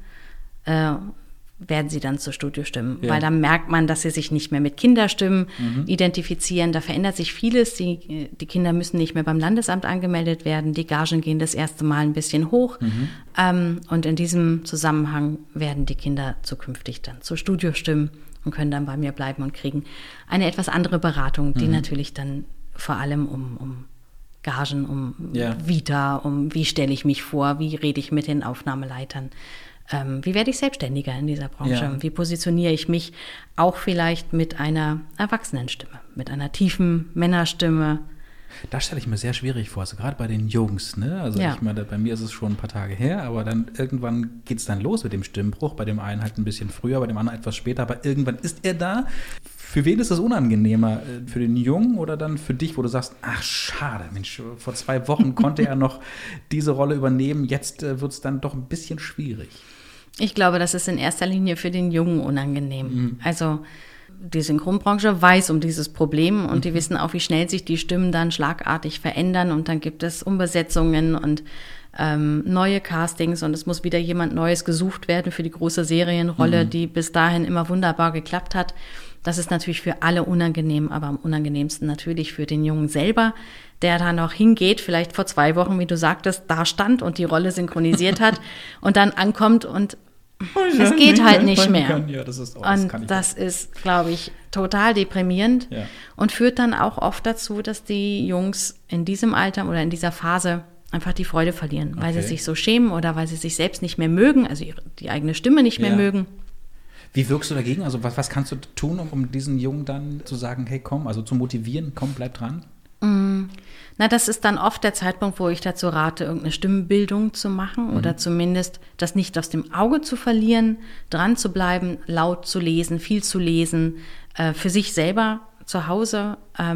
werden sie dann zu Studiostimmen, Ja. weil dann merkt man, dass sie sich nicht mehr mit Kinderstimmen identifizieren. Da verändert sich vieles. Die Kinder müssen nicht mehr beim Landesamt angemeldet werden. Die Gagen gehen das erste Mal ein bisschen hoch. Und in diesem Zusammenhang werden die Kinder zukünftig dann zu Studiostimmen und können dann bei mir bleiben und kriegen eine etwas andere Beratung, die natürlich dann vor allem um Gagen, um Vita, um wie stelle ich mich vor, wie rede ich mit den Aufnahmeleitern. Wie werde ich selbstständiger in dieser Branche? Ja. Wie positioniere ich mich auch vielleicht mit einer Erwachsenenstimme, mit einer tiefen Männerstimme? Das stelle ich mir sehr schwierig vor, also gerade bei den Jungs, ne? Also Ja. ich meine, bei mir ist es schon ein paar Tage her, aber dann irgendwann geht es dann los mit dem Stimmbruch, bei dem einen halt ein bisschen früher, bei dem anderen etwas später, aber irgendwann ist er da. Für wen ist das unangenehmer? Für den Jungen oder dann für dich, wo du sagst, ach schade, Mensch, vor 2 Wochen konnte er noch diese Rolle übernehmen, jetzt wird es dann doch ein bisschen schwierig. Ich glaube, das ist in erster Linie für den Jungen unangenehm. Also die Synchronbranche weiß um dieses Problem und die wissen auch, wie schnell sich die Stimmen dann schlagartig verändern und dann gibt es Umbesetzungen und neue Castings und es muss wieder jemand Neues gesucht werden für die große Serienrolle, die bis dahin immer wunderbar geklappt hat. Das ist natürlich für alle unangenehm, aber am unangenehmsten natürlich für den Jungen selber, der da noch hingeht, vielleicht vor 2 Wochen, wie du sagtest, da stand und die Rolle synchronisiert hat und dann ankommt und es geht halt nicht mehr. Ja, das ist Das ist, glaube ich, total deprimierend und führt dann auch oft dazu, dass die Jungs in diesem Alter oder in dieser Phase einfach die Freude verlieren, weil sie sich so schämen oder weil sie sich selbst nicht mehr mögen, also die eigene Stimme nicht mehr mögen. Wie wirkst du dagegen? Also was kannst du tun, um diesen Jungen dann zu sagen, hey komm, also zu motivieren, komm, bleib dran? Na, das ist dann oft der Zeitpunkt, wo ich dazu rate, irgendeine Stimmenbildung zu machen oder zumindest das nicht aus dem Auge zu verlieren, dran zu bleiben, laut zu lesen, viel zu lesen, für sich selber zu Hause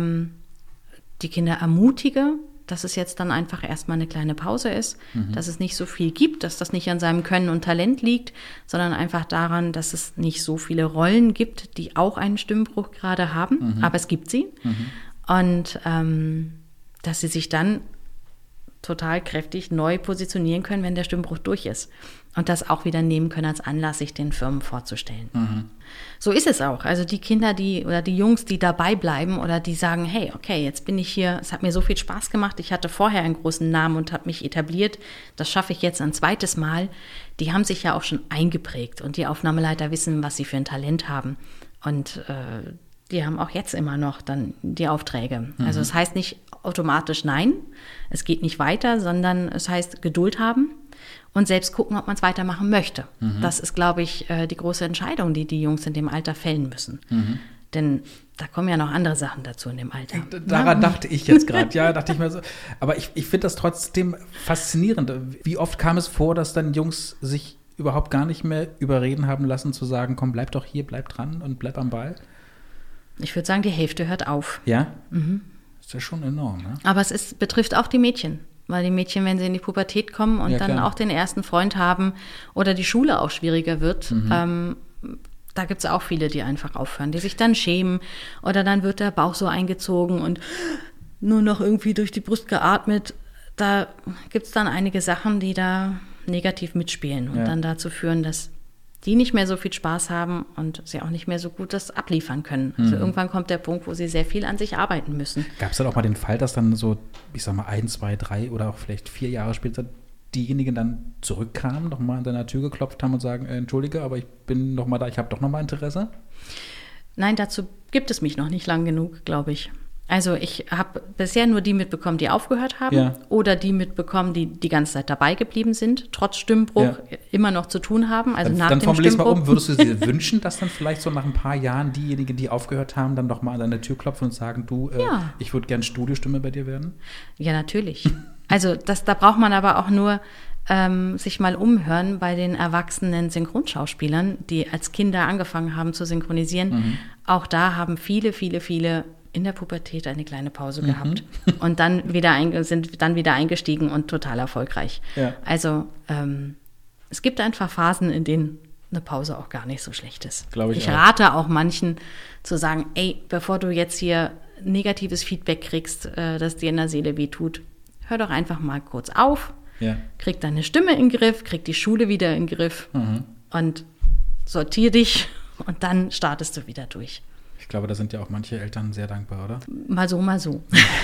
die Kinder ermutige, dass es jetzt dann einfach erstmal eine kleine Pause ist, dass es nicht so viel gibt, dass das nicht an seinem Können und Talent liegt, sondern einfach daran, dass es nicht so viele Rollen gibt, die auch einen Stimmbruch gerade haben, aber es gibt sie. Und dass sie sich dann total kräftig neu positionieren können, wenn der Stimmbruch durch ist. Und das auch wieder nehmen können als Anlass, sich den Firmen vorzustellen. So ist es auch. Also die Kinder, oder die Jungs, die dabei bleiben oder die sagen, hey, okay, jetzt bin ich hier, es hat mir so viel Spaß gemacht, ich hatte vorher einen großen Namen und habe mich etabliert, das schaffe ich jetzt ein zweites Mal, die haben sich ja auch schon eingeprägt und die Aufnahmeleiter wissen, was sie für ein Talent haben. Und die haben auch jetzt immer noch dann die Aufträge. Also es heißt nicht automatisch nein, es geht nicht weiter, sondern es heißt Geduld haben und selbst gucken, ob man es weitermachen möchte. Das ist, glaube ich, die große Entscheidung, die Jungs in dem Alter fällen müssen. Denn da kommen ja noch andere Sachen dazu in dem Alter. Daran dachte ich jetzt gerade, dachte ich mir so. Aber ich finde das trotzdem faszinierend. Wie oft kam es vor, dass dann Jungs sich überhaupt gar nicht mehr überreden haben lassen, zu sagen, komm, bleib doch hier, bleib dran und bleib am Ball? Ich würde sagen, die Hälfte hört auf. Ja? Ist ja schon enorm, ne? Aber es betrifft auch die Mädchen. Weil die Mädchen, wenn sie in die Pubertät kommen und dann auch den ersten Freund haben oder die Schule auch schwieriger wird, da gibt es auch viele, die einfach aufhören, die sich dann schämen oder dann wird der Bauch so eingezogen und nur noch irgendwie durch die Brust geatmet. Da gibt es dann einige Sachen, die da negativ mitspielen und dann dazu führen, dass die nicht mehr so viel Spaß haben und sie auch nicht mehr so gut das abliefern können. Also irgendwann kommt der Punkt, wo sie sehr viel an sich arbeiten müssen. Gab es dann auch mal den Fall, dass dann so, ich sag mal, 1, 2, 3 oder auch vielleicht 4 Jahre später diejenigen dann zurückkamen, nochmal an deiner Tür geklopft haben und sagen, entschuldige, aber ich bin noch mal da, ich habe doch noch mal Interesse? Nein, dazu gibt es mich noch nicht lang genug, glaube ich. Also ich habe bisher nur die mitbekommen, die aufgehört haben oder die mitbekommen, die die ganze Zeit dabei geblieben sind, trotz Stimmbruch immer noch zu tun haben. Also nach dem Stimmbruch. Dann formulier's mal um, würdest du dir wünschen, dass dann vielleicht so nach ein paar Jahren diejenigen, die aufgehört haben, dann doch mal an deine Tür klopfen und sagen, du, ich würde gerne Studiostimme bei dir werden? Ja, natürlich. Also da braucht man aber auch nur sich mal umhören bei den erwachsenen Synchronschauspielern, die als Kinder angefangen haben zu synchronisieren. Auch da haben viele in der Pubertät eine kleine Pause gehabt und dann sind wieder eingestiegen und total erfolgreich. Ja. Also es gibt einfach Phasen, in denen eine Pause auch gar nicht so schlecht ist. Ich rate auch manchen zu sagen, bevor du jetzt hier negatives Feedback kriegst, das dir in der Seele wehtut, hör doch einfach mal kurz auf, krieg deine Stimme in den Griff, krieg die Schule wieder in den Griff und sortier dich und dann startest du wieder durch. Ich glaube, da sind ja auch manche Eltern sehr dankbar, oder? Mal so.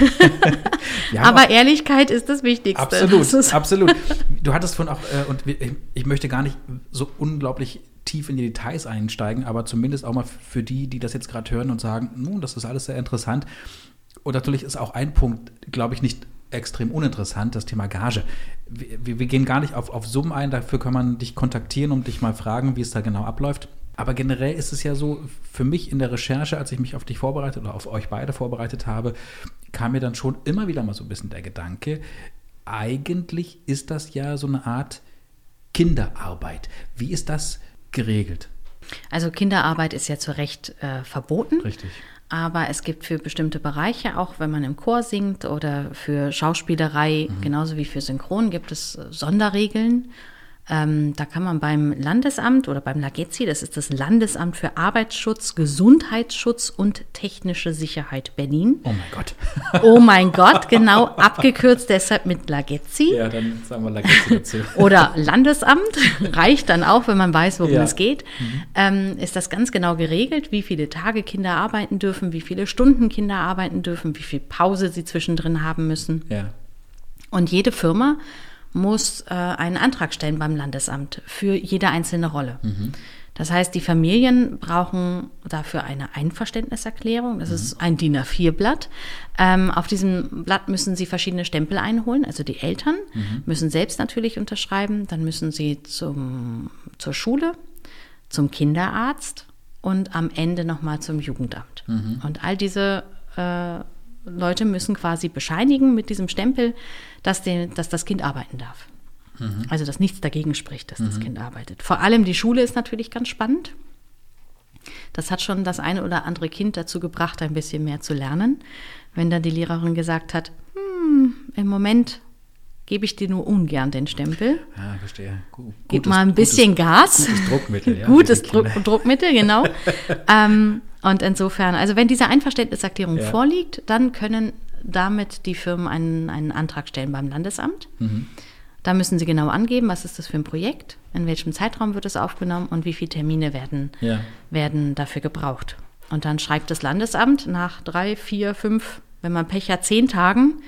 Aber Ehrlichkeit ist das Wichtigste. Absolut. Du hattest vorhin auch, und ich möchte gar nicht so unglaublich tief in die Details einsteigen, aber zumindest auch mal für die das jetzt gerade hören und sagen, nun, das ist alles sehr interessant. Und natürlich ist auch ein Punkt, glaube ich, nicht extrem uninteressant, das Thema Gage. Wir gehen gar nicht auf Summen ein, dafür kann man dich kontaktieren und dich mal fragen, wie es da genau abläuft. Aber generell ist es ja so, für mich in der Recherche, als ich mich auf dich vorbereitet oder auf euch beide vorbereitet habe, kam mir dann schon immer wieder mal so ein bisschen der Gedanke, eigentlich ist das ja so eine Art Kinderarbeit. Wie ist das geregelt? Also Kinderarbeit ist ja zu Recht verboten. Richtig. Aber es gibt für bestimmte Bereiche, auch wenn man im Chor singt oder für Schauspielerei, genauso wie für Synchron, gibt es Sonderregeln. Da kann man beim Landesamt oder beim LAGEZI, das ist das Landesamt für Arbeitsschutz, Gesundheitsschutz und technische Sicherheit Berlin. Oh mein Gott. Oh mein Gott, genau, abgekürzt deshalb mit LAGEZI. Ja, dann sagen wir LAGEZI dazu. Oder Landesamt, reicht dann auch, wenn man weiß, worum es geht. Ist das ganz genau geregelt, wie viele Tage Kinder arbeiten dürfen, wie viele Stunden Kinder arbeiten dürfen, wie viel Pause sie zwischendrin haben müssen. Ja. Und jede Firma muss einen Antrag stellen beim Landesamt für jede einzelne Rolle. Das heißt, die Familien brauchen dafür eine Einverständniserklärung. Das ist ein DIN A4-Blatt. Auf diesem Blatt müssen sie verschiedene Stempel einholen. Also die Eltern müssen selbst natürlich unterschreiben. Dann müssen sie zur Schule, zum Kinderarzt und am Ende nochmal zum Jugendamt. Und all diese Leute müssen quasi bescheinigen mit diesem Stempel, dass das Kind arbeiten darf. Also, dass nichts dagegen spricht, dass das Kind arbeitet. Vor allem die Schule ist natürlich ganz spannend. Das hat schon das eine oder andere Kind dazu gebracht, ein bisschen mehr zu lernen. Wenn dann die Lehrerin gesagt hat, im Moment gebe ich dir nur ungern den Stempel. Ja, verstehe. Gib mal ein bisschen Gas. Gutes Druckmittel, ja. Gutes Druckmittel, genau. Und insofern, also wenn diese Einverständniserklärung vorliegt, dann können damit die Firmen einen Antrag stellen beim Landesamt. Da müssen sie genau angeben, was ist das für ein Projekt, in welchem Zeitraum wird es aufgenommen und wie viele Termine werden dafür gebraucht. Und dann schreibt das Landesamt nach 3, 4, 5, wenn man Pech hat, 10 Tagen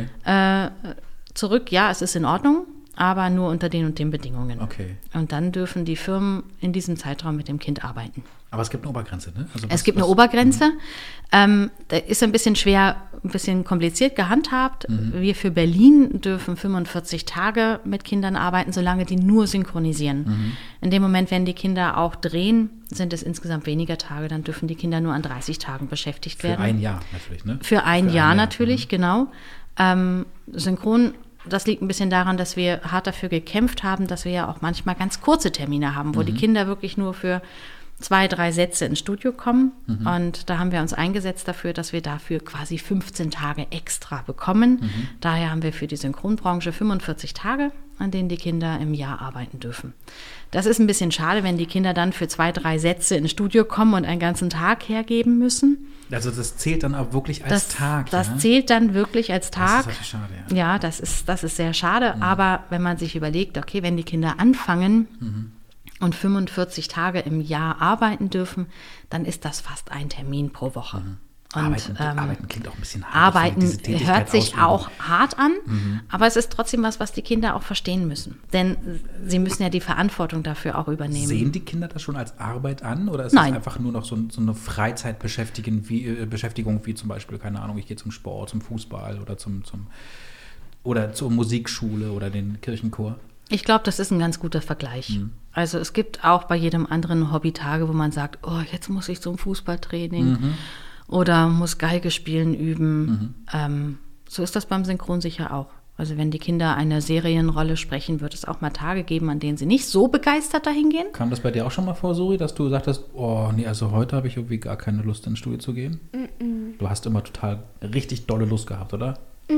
zurück, ja, es ist in Ordnung, aber nur unter den und den Bedingungen. Okay. Und dann dürfen die Firmen in diesem Zeitraum mit dem Kind arbeiten. Aber es gibt eine Obergrenze, ne? Also es gibt eine Obergrenze. Da ist ein bisschen schwer, ein bisschen kompliziert gehandhabt. Wir für Berlin dürfen 45 Tage mit Kindern arbeiten, solange die nur synchronisieren. In dem Moment, wenn die Kinder auch drehen, sind es insgesamt weniger Tage. Dann dürfen die Kinder nur an 30 Tagen beschäftigt werden. Für ein Jahr natürlich, ne? Für ein Jahr natürlich, genau. Synchron, das liegt ein bisschen daran, dass wir hart dafür gekämpft haben, dass wir ja auch manchmal ganz kurze Termine haben, wo die Kinder wirklich nur für 2-3 Sätze ins Studio kommen. Und da haben wir uns eingesetzt dafür, dass wir dafür quasi 15 Tage extra bekommen. Daher haben wir für die Synchronbranche 45 Tage, an denen die Kinder im Jahr arbeiten dürfen. Das ist ein bisschen schade, wenn die Kinder dann für 2-3 Sätze ins Studio kommen und einen ganzen Tag hergeben müssen. Also das zählt dann auch wirklich als Tag. Das zählt dann wirklich als Tag. Das ist natürlich schade, ja. Ja, das ist sehr schade. Aber wenn man sich überlegt, okay, wenn die Kinder anfangen und 45 Tage im Jahr arbeiten dürfen, dann ist das fast ein Termin pro Woche. Und Arbeiten klingt auch ein bisschen hart. Arbeiten hört sich auch hart an, aber es ist trotzdem was die Kinder auch verstehen müssen. Denn sie müssen ja die Verantwortung dafür auch übernehmen. Sehen die Kinder das schon als Arbeit an? Oder ist Nein. es einfach nur noch so eine Freizeitbeschäftigung wie zum Beispiel, keine Ahnung, ich gehe zum Sport, zum Fußball oder zur Musikschule oder den Kirchenchor? Ich glaube, das ist ein ganz guter Vergleich. Also es gibt auch bei jedem anderen Hobby Tage, wo man sagt, oh, jetzt muss ich zum Fußballtraining oder muss Geige spielen üben. So ist das beim Synchron sicher auch. Also wenn die Kinder eine Serienrolle sprechen, wird es auch mal Tage geben, an denen sie nicht so begeistert dahin gehen. Kam das bei dir auch schon mal vor, Suri, dass du sagtest, oh nee, also heute habe ich irgendwie gar keine Lust, ins Studio zu gehen? Du hast immer total richtig dolle Lust gehabt, oder?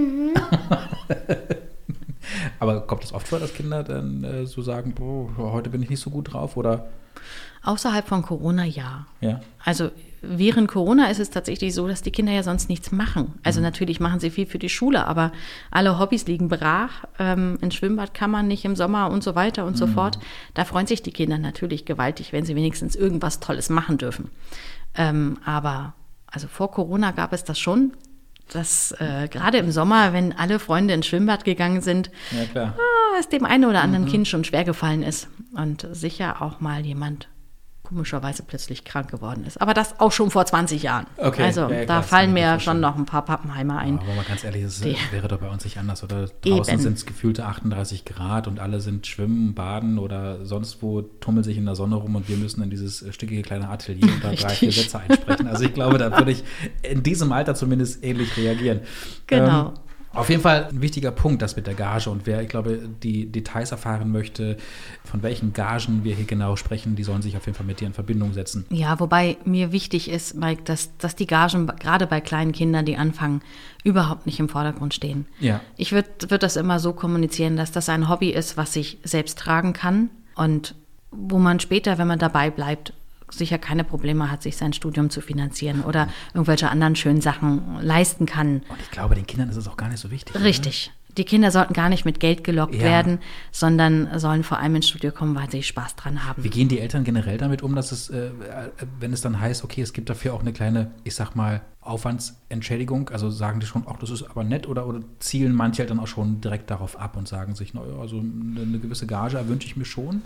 Aber kommt es oft vor, dass Kinder dann so sagen, heute bin ich nicht so gut drauf, oder? Außerhalb von Corona ja. Ja. Also während Corona ist es tatsächlich so, dass die Kinder ja sonst nichts machen. Also natürlich machen sie viel für die Schule, aber alle Hobbys liegen brach. Ins Schwimmbad kann man nicht im Sommer und so weiter und so fort. Da freuen sich die Kinder natürlich gewaltig, wenn sie wenigstens irgendwas Tolles machen dürfen. Aber also vor Corona gab es das schon, dass gerade im Sommer, wenn alle Freunde ins Schwimmbad gegangen sind, Ja, klar. es dem einen oder anderen Kind schon schwer gefallen ist und sicher auch mal jemand komischerweise plötzlich krank geworden ist. Aber das auch schon vor 20 Jahren. Okay. Also Ja, klar, da das fallen kann ich mir mir schon noch ein paar Pappenheimer ein. Aber mal ganz ehrlich, es wäre doch bei uns nicht anders, oder? Eben. Draußen sind es gefühlte 38 Grad und alle sind schwimmen, baden oder sonst wo, tummeln sich in der Sonne rum und wir müssen in dieses stickige kleine Atelier und da 3-4 Sätze einsprechen. Also ich glaube, da würde ich in diesem Alter zumindest ähnlich reagieren. Genau. Auf jeden Fall ein wichtiger Punkt, das mit der Gage. Und wer, ich glaube, die Details erfahren möchte, von welchen Gagen wir hier genau sprechen, die sollen sich auf jeden Fall mit dir in Verbindung setzen. Ja, wobei mir wichtig ist, Mike, dass die Gagen gerade bei kleinen Kindern, die anfangen, überhaupt nicht im Vordergrund stehen. Ja. Ich würd das immer so kommunizieren, dass das ein Hobby ist, was ich selbst tragen kann und wo man später, wenn man dabei bleibt, sicher keine Probleme hat, sich sein Studium zu finanzieren oder irgendwelche anderen schönen Sachen leisten kann. Und ich glaube, den Kindern ist es auch gar nicht so wichtig. Richtig. Die Kinder sollten gar nicht mit Geld gelockt werden, sondern sollen vor allem ins Studio kommen, weil sie Spaß dran haben. Wie gehen die Eltern generell damit um, dass es, wenn es dann heißt, okay, es gibt dafür auch eine kleine, ich sag mal, Aufwandsentschädigung? Also sagen die schon, ach, das ist aber nett, oder zielen manche Eltern auch schon direkt darauf ab und sagen sich, naja, also eine gewisse Gage erwünsche ich mir schon?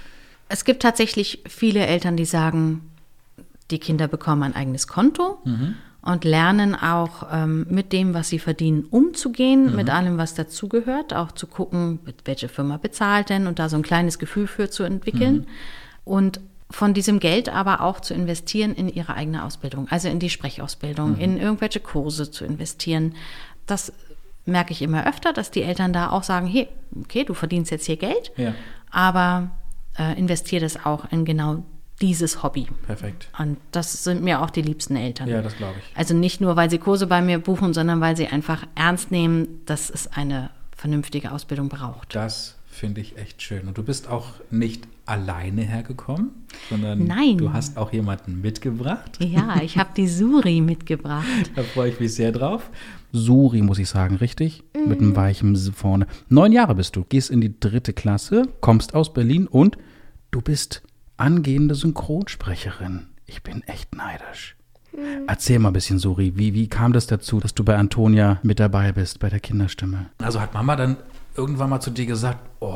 Es gibt tatsächlich viele Eltern, die sagen, die Kinder bekommen ein eigenes Konto und lernen auch mit dem, was sie verdienen, umzugehen, mit allem, was dazugehört, auch zu gucken, welche Firma bezahlt denn und da so ein kleines Gefühl für zu entwickeln und von diesem Geld aber auch zu investieren in ihre eigene Ausbildung, also in die Sprechausbildung, in irgendwelche Kurse zu investieren. Das merke ich immer öfter, dass die Eltern da auch sagen, hey, okay, du verdienst jetzt hier Geld, aber investiere das auch in genau dieses Hobby. Perfekt. Und das sind mir auch die liebsten Eltern. Ja, das glaube ich. Also nicht nur, weil sie Kurse bei mir buchen, sondern weil sie einfach ernst nehmen, dass es eine vernünftige Ausbildung braucht. Das finde ich echt schön. Und du bist auch nicht alleine hergekommen, sondern Nein. Du hast auch jemanden mitgebracht. Ja, ich habe die Suri mitgebracht. Da freue ich mich sehr drauf. Suri, muss ich sagen, richtig? Mit einem weichen S vorne. 9 Jahre bist du, gehst in die 3. Klasse, kommst aus Berlin und du bist angehende Synchronsprecherin. Ich bin echt neidisch. Erzähl mal ein bisschen, Suri, wie kam das dazu, dass du bei Antonia mit dabei bist, bei der Kinderstimme? Also hat Mama dann irgendwann mal zu dir gesagt, oh,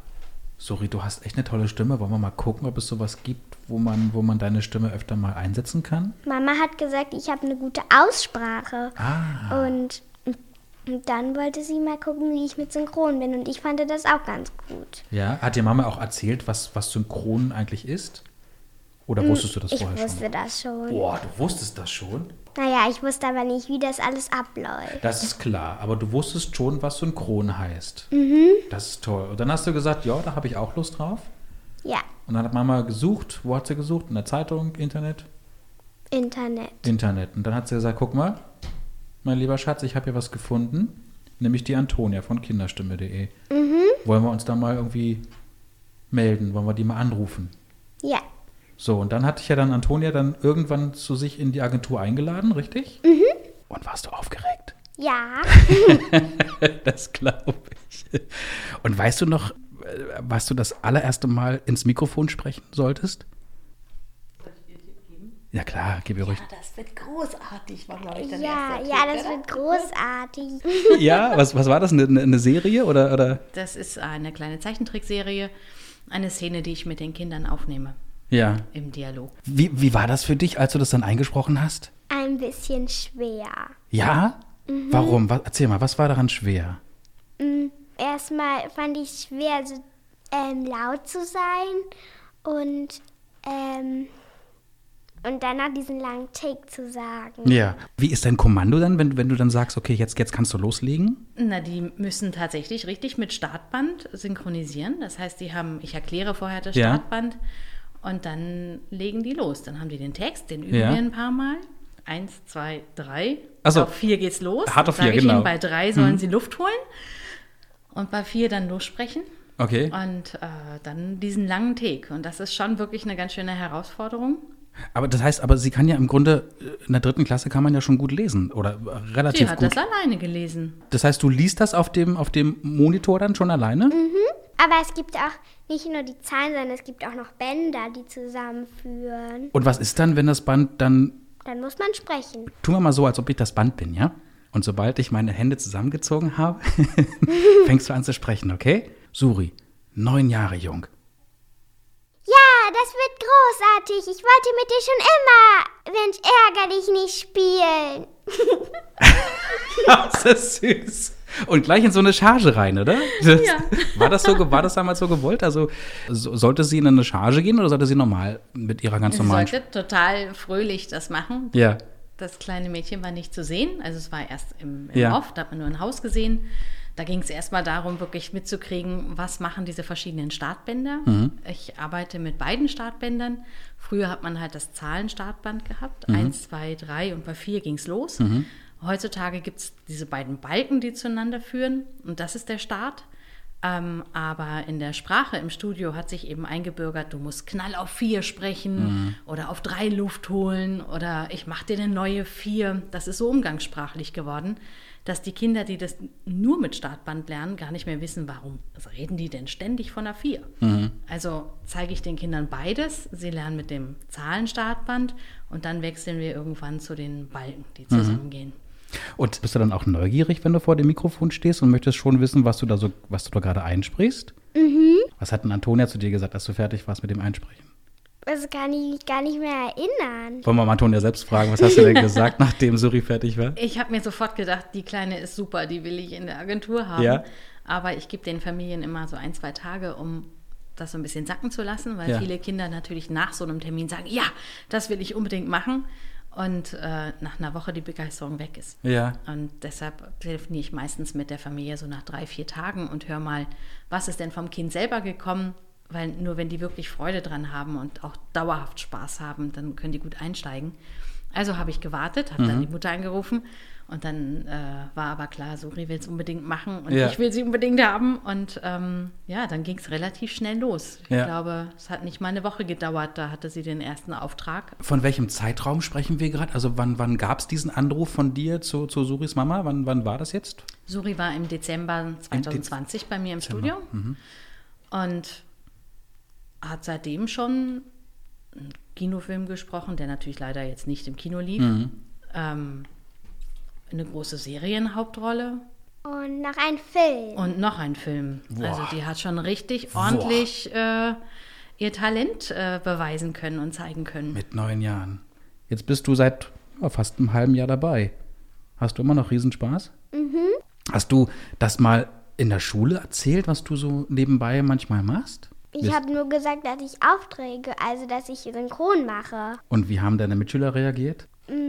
Suri, du hast echt eine tolle Stimme, wollen wir mal gucken, ob es sowas gibt, wo man deine Stimme öfter mal einsetzen kann? Mama hat gesagt, ich habe eine gute Aussprache. Und dann wollte sie mal gucken, wie ich mit Synchron bin. Und ich fand das auch ganz gut. Ja, hat dir Mama auch erzählt, was Synchron eigentlich ist? Oder wusstest du das vorher schon? Ich wusste das schon. Boah, du wusstest das schon? Naja, ich wusste aber nicht, wie das alles abläuft. Das ist klar, aber du wusstest schon, was Synchron heißt. Das ist toll. Und dann hast du gesagt, ja, da habe ich auch Lust drauf. Ja, Und dann hat Mama gesucht. Wo hat sie gesucht? In der Zeitung, Internet? Internet. Und dann hat sie gesagt, guck mal, mein lieber Schatz, ich habe hier was gefunden. Nämlich die Antonia von kinderstimme.de. Wollen wir uns da mal irgendwie melden? Wollen wir die mal anrufen? ja, So, und dann hatte ich ja dann Antonia dann irgendwann zu sich in die Agentur eingeladen, richtig? Und warst du aufgeregt? ja. Das glaube ich. Und weißt du noch, was du das allererste Mal ins Mikrofon sprechen solltest? Ja klar, gib ihr ruhig. Das wird großartig, war, glaube ich, der Ja, erste ja, Tipp, das oder? wird großartig. Ja, was war das? Eine Serie oder? Das ist eine kleine Zeichentrickserie, eine Szene, die ich mit den Kindern aufnehme Ja. im Dialog. Wie war das für dich, als du das dann eingesprochen hast? Ein bisschen schwer. Ja? Warum? Erzähl mal, was war daran schwer? Erstmal fand ich schwer, so laut zu sein und danach diesen langen Take zu sagen. Ja. Wie ist dein Kommando dann, wenn du dann sagst, okay, jetzt kannst du loslegen? Na, die müssen tatsächlich richtig mit Startband synchronisieren. Das heißt, ich erkläre vorher das Ja. Startband und dann legen die los. Dann haben die den Text, den üben Ja. wir ein paar Mal. 1, 2, 3. Ach so. Auf 4 geht's los. Hart auf Sag 4, ich genau. ihnen, bei 3 sollen sie Luft holen und bei 4 dann lossprechen. Okay. Und dann diesen langen Take. Und das ist schon wirklich eine ganz schöne Herausforderung. Aber das heißt, sie kann ja im Grunde, in der 3. Klasse kann man ja schon gut lesen oder relativ Sie hat gut. das alleine gelesen. Das heißt, du liest das auf dem Monitor dann schon alleine? Aber es gibt auch nicht nur die Zahlen, sondern es gibt auch noch Bänder, die zusammenführen. Und was ist dann, wenn das Band dann, Dann muss man sprechen. tun wir mal so, als ob ich das Band bin, ja? Und sobald ich meine Hände zusammengezogen habe, fängst du an zu sprechen, okay? Suri, 9 Jahre jung. Ja, das wird großartig. Ich wollte mit dir schon immer Mensch, ärger dich nicht spielen. Das ist süß. Und gleich in so eine Charge rein, oder? Ja. War das damals so gewollt? Also sollte sie in eine Charge gehen oder sollte sie normal mit ihrer ganz Sie normalen... sollte total fröhlich das machen. Ja. Das kleine Mädchen war nicht zu sehen. Also es war erst im Ja. Off, da hat man nur ein Haus gesehen. Da ging es erstmal darum, wirklich mitzukriegen, was machen diese verschiedenen Startbänder. Ich arbeite mit beiden Startbändern. Früher hat man halt das Zahlenstartband gehabt. 1, 2, 3 und bei 4 ging es los. Heutzutage gibt es diese beiden Balken, die zueinander führen. Und das ist der Start. Aber in der Sprache im Studio hat sich eben eingebürgert, du musst Knall auf 4 sprechen oder auf 3 Luft holen oder ich mache dir eine neue 4. Das ist so umgangssprachlich geworden, dass die Kinder, die das nur mit Startband lernen, gar nicht mehr wissen, warum reden die denn ständig von einer 4. Also zeige ich den Kindern beides. Sie lernen mit dem Zahlenstartband und dann wechseln wir irgendwann zu den Balken, die zusammengehen. Und bist du dann auch neugierig, wenn du vor dem Mikrofon stehst und möchtest schon wissen, was du da gerade einsprichst? Was hat denn Antonia zu dir gesagt, als du fertig warst mit dem Einsprechen? Das kann ich mich gar nicht mehr erinnern. Wollen wir mal Antonia selbst fragen, was hast du denn gesagt, nachdem Suri fertig war? Ich habe mir sofort gedacht, die Kleine ist super, die will ich in der Agentur haben. Ja. Aber ich gebe den Familien immer so 1, 2 Tage, um das so ein bisschen sacken zu lassen, weil Ja. viele Kinder natürlich nach so einem Termin sagen, ja, das will ich unbedingt machen. Und nach einer Woche die Begeisterung weg ist. Ja. Und deshalb telefoniere ich meistens mit der Familie so nach 3, 4 Tagen und höre mal, was ist denn vom Kind selber gekommen? Weil nur wenn die wirklich Freude dran haben und auch dauerhaft Spaß haben, dann können die gut einsteigen. Also habe ich gewartet, habe dann die Mutter angerufen und dann war aber klar, Suri will es unbedingt machen und Ja. ich will sie unbedingt haben. Und dann ging es relativ schnell los. Ich Ja. glaube, es hat nicht mal eine Woche gedauert, da hatte sie den ersten Auftrag. Von welchem Zeitraum sprechen wir gerade? Also wann gab es diesen Anruf von dir zu Suris Mama? Wann war das jetzt? Suri war im Dezember 2020 bei mir im Studio und hat seitdem schon einen Kinofilm gesprochen, der natürlich leider jetzt nicht im Kino lief. Eine große Serienhauptrolle Und noch ein Film. und noch ein Film. Boah. Also die hat schon richtig ordentlich ihr Talent beweisen können und zeigen können. Mit 9 Jahren. Jetzt bist du seit fast einem halben Jahr dabei. Hast du immer noch Riesenspaß? Hast du das mal in der Schule erzählt, was du so nebenbei manchmal machst? Ich habe nur gesagt, dass ich Aufträge, also dass ich synchron mache. Und wie haben deine Mitschüler reagiert?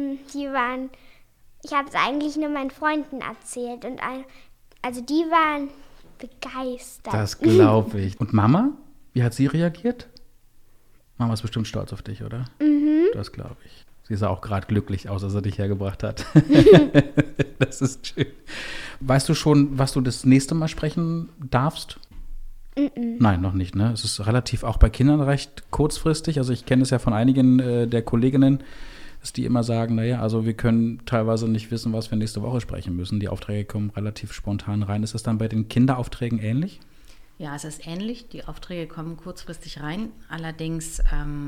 Ich habe es eigentlich nur meinen Freunden erzählt und die waren begeistert. Das glaube ich. Und Mama? Wie hat sie reagiert? Mama ist bestimmt stolz auf dich, oder? Das glaube ich. Sie sah auch gerade glücklich aus, als er dich hergebracht hat. Das ist schön. Weißt du schon, was du das nächste Mal sprechen darfst? Nein, noch nicht, ne? Es ist relativ auch bei Kindern recht kurzfristig. Also ich kenne es ja von einigen der Kolleginnen, dass die immer sagen, naja, also wir können teilweise nicht wissen, was wir nächste Woche sprechen müssen. Die Aufträge kommen relativ spontan rein. Ist es dann bei den Kinderaufträgen ähnlich? Ja, es ist ähnlich. Die Aufträge kommen kurzfristig rein. Allerdings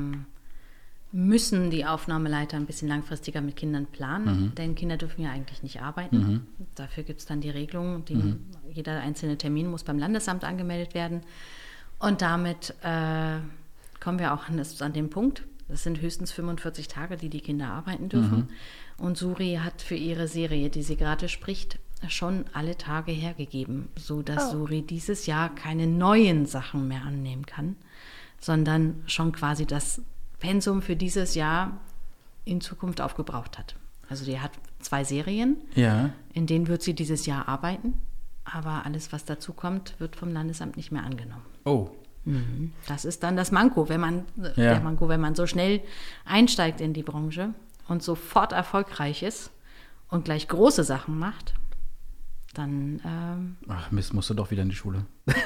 müssen die Aufnahmeleiter ein bisschen langfristiger mit Kindern planen, denn Kinder dürfen ja eigentlich nicht arbeiten. Dafür gibt es dann die Regelung, jeder einzelne Termin muss beim Landesamt angemeldet werden. Und damit kommen wir auch an den Punkt, das sind höchstens 45 Tage, die Kinder arbeiten dürfen. Und Suri hat für ihre Serie, die sie gerade spricht, schon alle Tage hergegeben, sodass Suri dieses Jahr keine neuen Sachen mehr annehmen kann, sondern schon quasi das Pensum für dieses Jahr in Zukunft aufgebraucht hat. Also die hat 2 Serien, in denen wird sie dieses Jahr arbeiten, aber alles, was dazu kommt, wird vom Landesamt nicht mehr angenommen. Oh. Das ist dann das Manko, wenn man so schnell einsteigt in die Branche und sofort erfolgreich ist und gleich große Sachen macht, dann Ach Mist, musst du doch wieder in die Schule.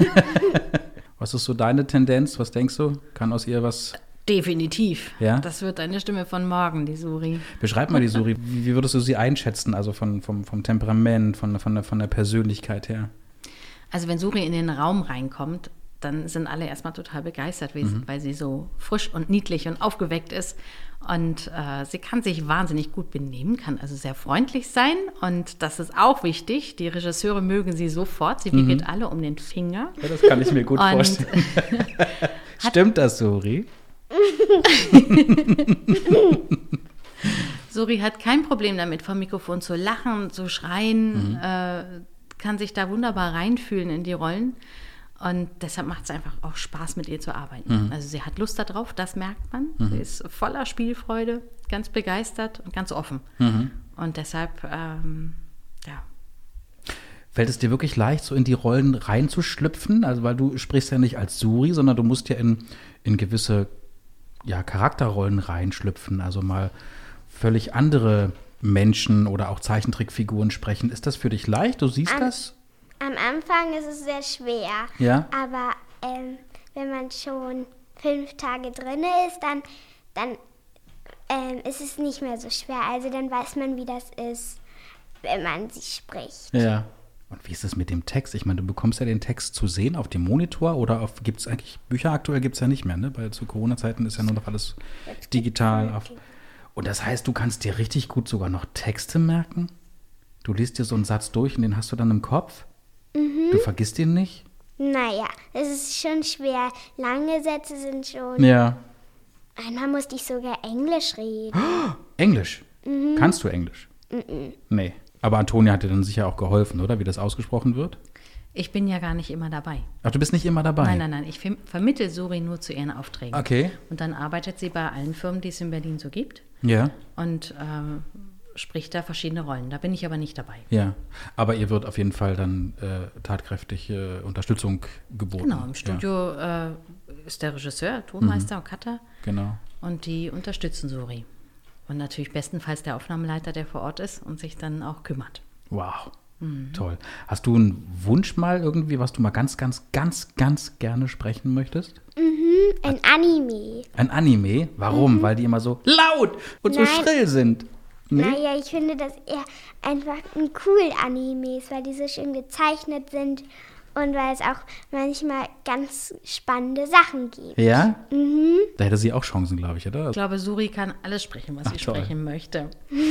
Was ist so deine Tendenz? Was denkst du? Kann aus ihr was... Definitiv. Ja? Das wird eine Stimme von morgen, die Suri. Beschreib mal die Suri. Wie würdest du sie einschätzen? Also vom Temperament, von der Persönlichkeit her? Also wenn Suri in den Raum reinkommt, dann sind alle erstmal total begeistert, weil sie so frisch und niedlich und aufgeweckt ist. Und sie kann sich wahnsinnig gut benehmen, kann also sehr freundlich sein. Und das ist auch wichtig. Die Regisseure mögen sie sofort. Sie wickelt alle um den Finger. Ja, das kann ich mir gut vorstellen. Stimmt das, Suri? Suri hat kein Problem damit, vom Mikrofon zu lachen, zu schreien, kann sich da wunderbar reinfühlen in die Rollen. Und deshalb macht es einfach auch Spaß, mit ihr zu arbeiten. Also sie hat Lust darauf, das merkt man. Sie ist voller Spielfreude, ganz begeistert und ganz offen. Und deshalb, Fällt es dir wirklich leicht, so in die Rollen reinzuschlüpfen? Also weil du sprichst ja nicht als Suri, sondern du musst ja in gewisse Charakterrollen reinschlüpfen. Also mal völlig andere Menschen oder auch Zeichentrickfiguren sprechen. Ist das für dich leicht? Du siehst das? Am Anfang ist es sehr schwer. Ja. Aber wenn man schon 5 Tage drin ist, dann ist es nicht mehr so schwer. Also dann weiß man, wie das ist, wenn man sie spricht. Ja. Und wie ist es mit dem Text? Ich meine, du bekommst ja den Text zu sehen auf dem Monitor oder gibt es eigentlich, Bücher aktuell gibt es ja nicht mehr, ne? Weil zu Corona-Zeiten ist ja nur noch alles digital. Und das heißt, du kannst dir richtig gut sogar noch Texte merken? Du liest dir so einen Satz durch und den hast du dann im Kopf? Du vergisst ihn nicht? Naja, es ist schon schwer. Lange Sätze sind schon... Ja. Einmal musste ich sogar Englisch reden. Englisch? Kannst du Englisch? Nee. Aber Antonia hat dir dann sicher auch geholfen, oder? Wie das ausgesprochen wird? ich bin ja gar nicht immer dabei. Ach, du bist nicht immer dabei? Nein. Ich vermittle Suri nur zu ihren Aufträgen. Okay. Und dann arbeitet sie bei allen Firmen, die es in Berlin so gibt. Ja. Und spricht da verschiedene Rollen. Da bin ich aber nicht dabei. Ja, aber ihr wird auf jeden Fall dann tatkräftig Unterstützung geboten. Genau, im Studio ist der Regisseur, Tonmeister und Cutter. Genau. Und die unterstützen Suri. Und natürlich bestenfalls der Aufnahmeleiter, der vor Ort ist und sich dann auch kümmert. Wow, toll. Hast du einen Wunsch mal irgendwie, was du mal ganz gerne sprechen möchtest? Ein Anime. Ein Anime? Warum? Weil die immer so laut und so schrill sind. Nee? Naja, ich finde das eher einfach ein cool Animes, weil die so schön gezeichnet sind und weil es auch manchmal ganz spannende Sachen gibt. Ja? Da hätte sie auch Chancen, glaube ich, oder? Ich glaube, Suri kann alles sprechen, was sie sprechen möchte.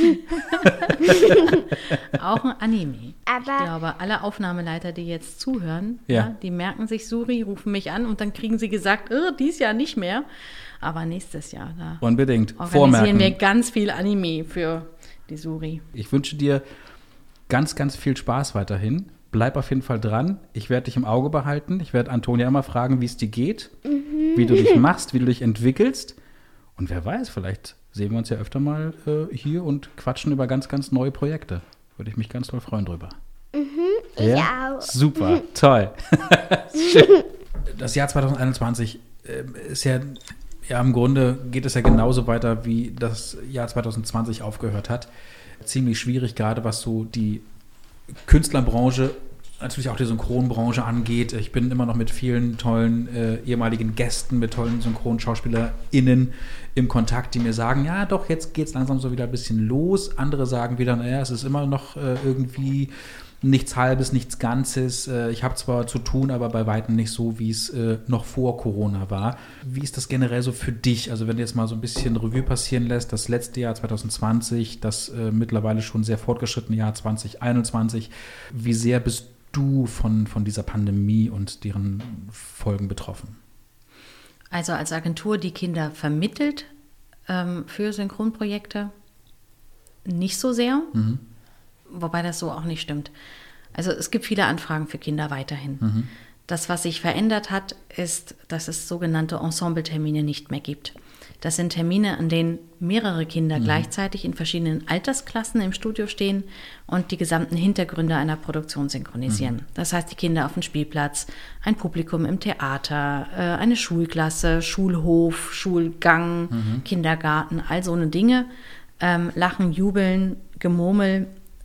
Auch ein Anime. Aber ich glaube, alle Aufnahmeleiter, die jetzt zuhören, die merken sich Suri, rufen mich an und dann kriegen sie gesagt, dies Jahr nicht mehr, aber nächstes Jahr. Da unbedingt. Organisieren wir ganz viel Anime für die Suri. Ich wünsche dir ganz viel Spaß weiterhin. Bleib auf jeden Fall dran. Ich werde dich im Auge behalten. Ich werde Antonia immer fragen, wie es dir geht, wie du dich machst, wie du dich entwickelst. Und wer weiß, vielleicht sehen wir uns ja öfter mal hier und quatschen über ganz neue Projekte. Würde ich mich ganz doll freuen drüber. ich auch. Super, toll. Schön. das Jahr 2021 ist ja im Grunde geht es ja genauso weiter, wie das Jahr 2020 aufgehört hat. Ziemlich schwierig, gerade was so die Künstlerbranche, natürlich auch die Synchronbranche angeht. Ich bin immer noch mit vielen tollen ehemaligen Gästen, mit tollen SynchronschauspielerInnen im Kontakt, die mir sagen, ja doch, jetzt geht es langsam so wieder ein bisschen los. Andere sagen wieder, naja, es ist immer noch irgendwie nichts Halbes, nichts Ganzes. Ich habe zwar zu tun, aber bei weitem nicht so, wie es noch vor Corona war. Wie ist das generell so für dich? Also wenn du jetzt mal so ein bisschen Revue passieren lässt, das letzte Jahr 2020, das mittlerweile schon sehr fortgeschrittene Jahr 2021, wie sehr bist du von dieser Pandemie und deren Folgen betroffen? Also als Agentur, die Kinder vermittelt für Synchronprojekte, nicht so sehr. Wobei das so auch nicht stimmt. Also es gibt viele Anfragen für Kinder weiterhin. Das, was sich verändert hat, ist, dass es sogenannte Ensemble-Termine nicht mehr gibt. Das sind Termine, an denen mehrere Kinder gleichzeitig in verschiedenen Altersklassen im Studio stehen und die gesamten Hintergründe einer Produktion synchronisieren. Das heißt, die Kinder auf dem Spielplatz, ein Publikum im Theater, eine Schulklasse, Schulhof, Schulgang, Kindergarten, all so eine Dinge. Lachen, Jubeln, Gemurmel.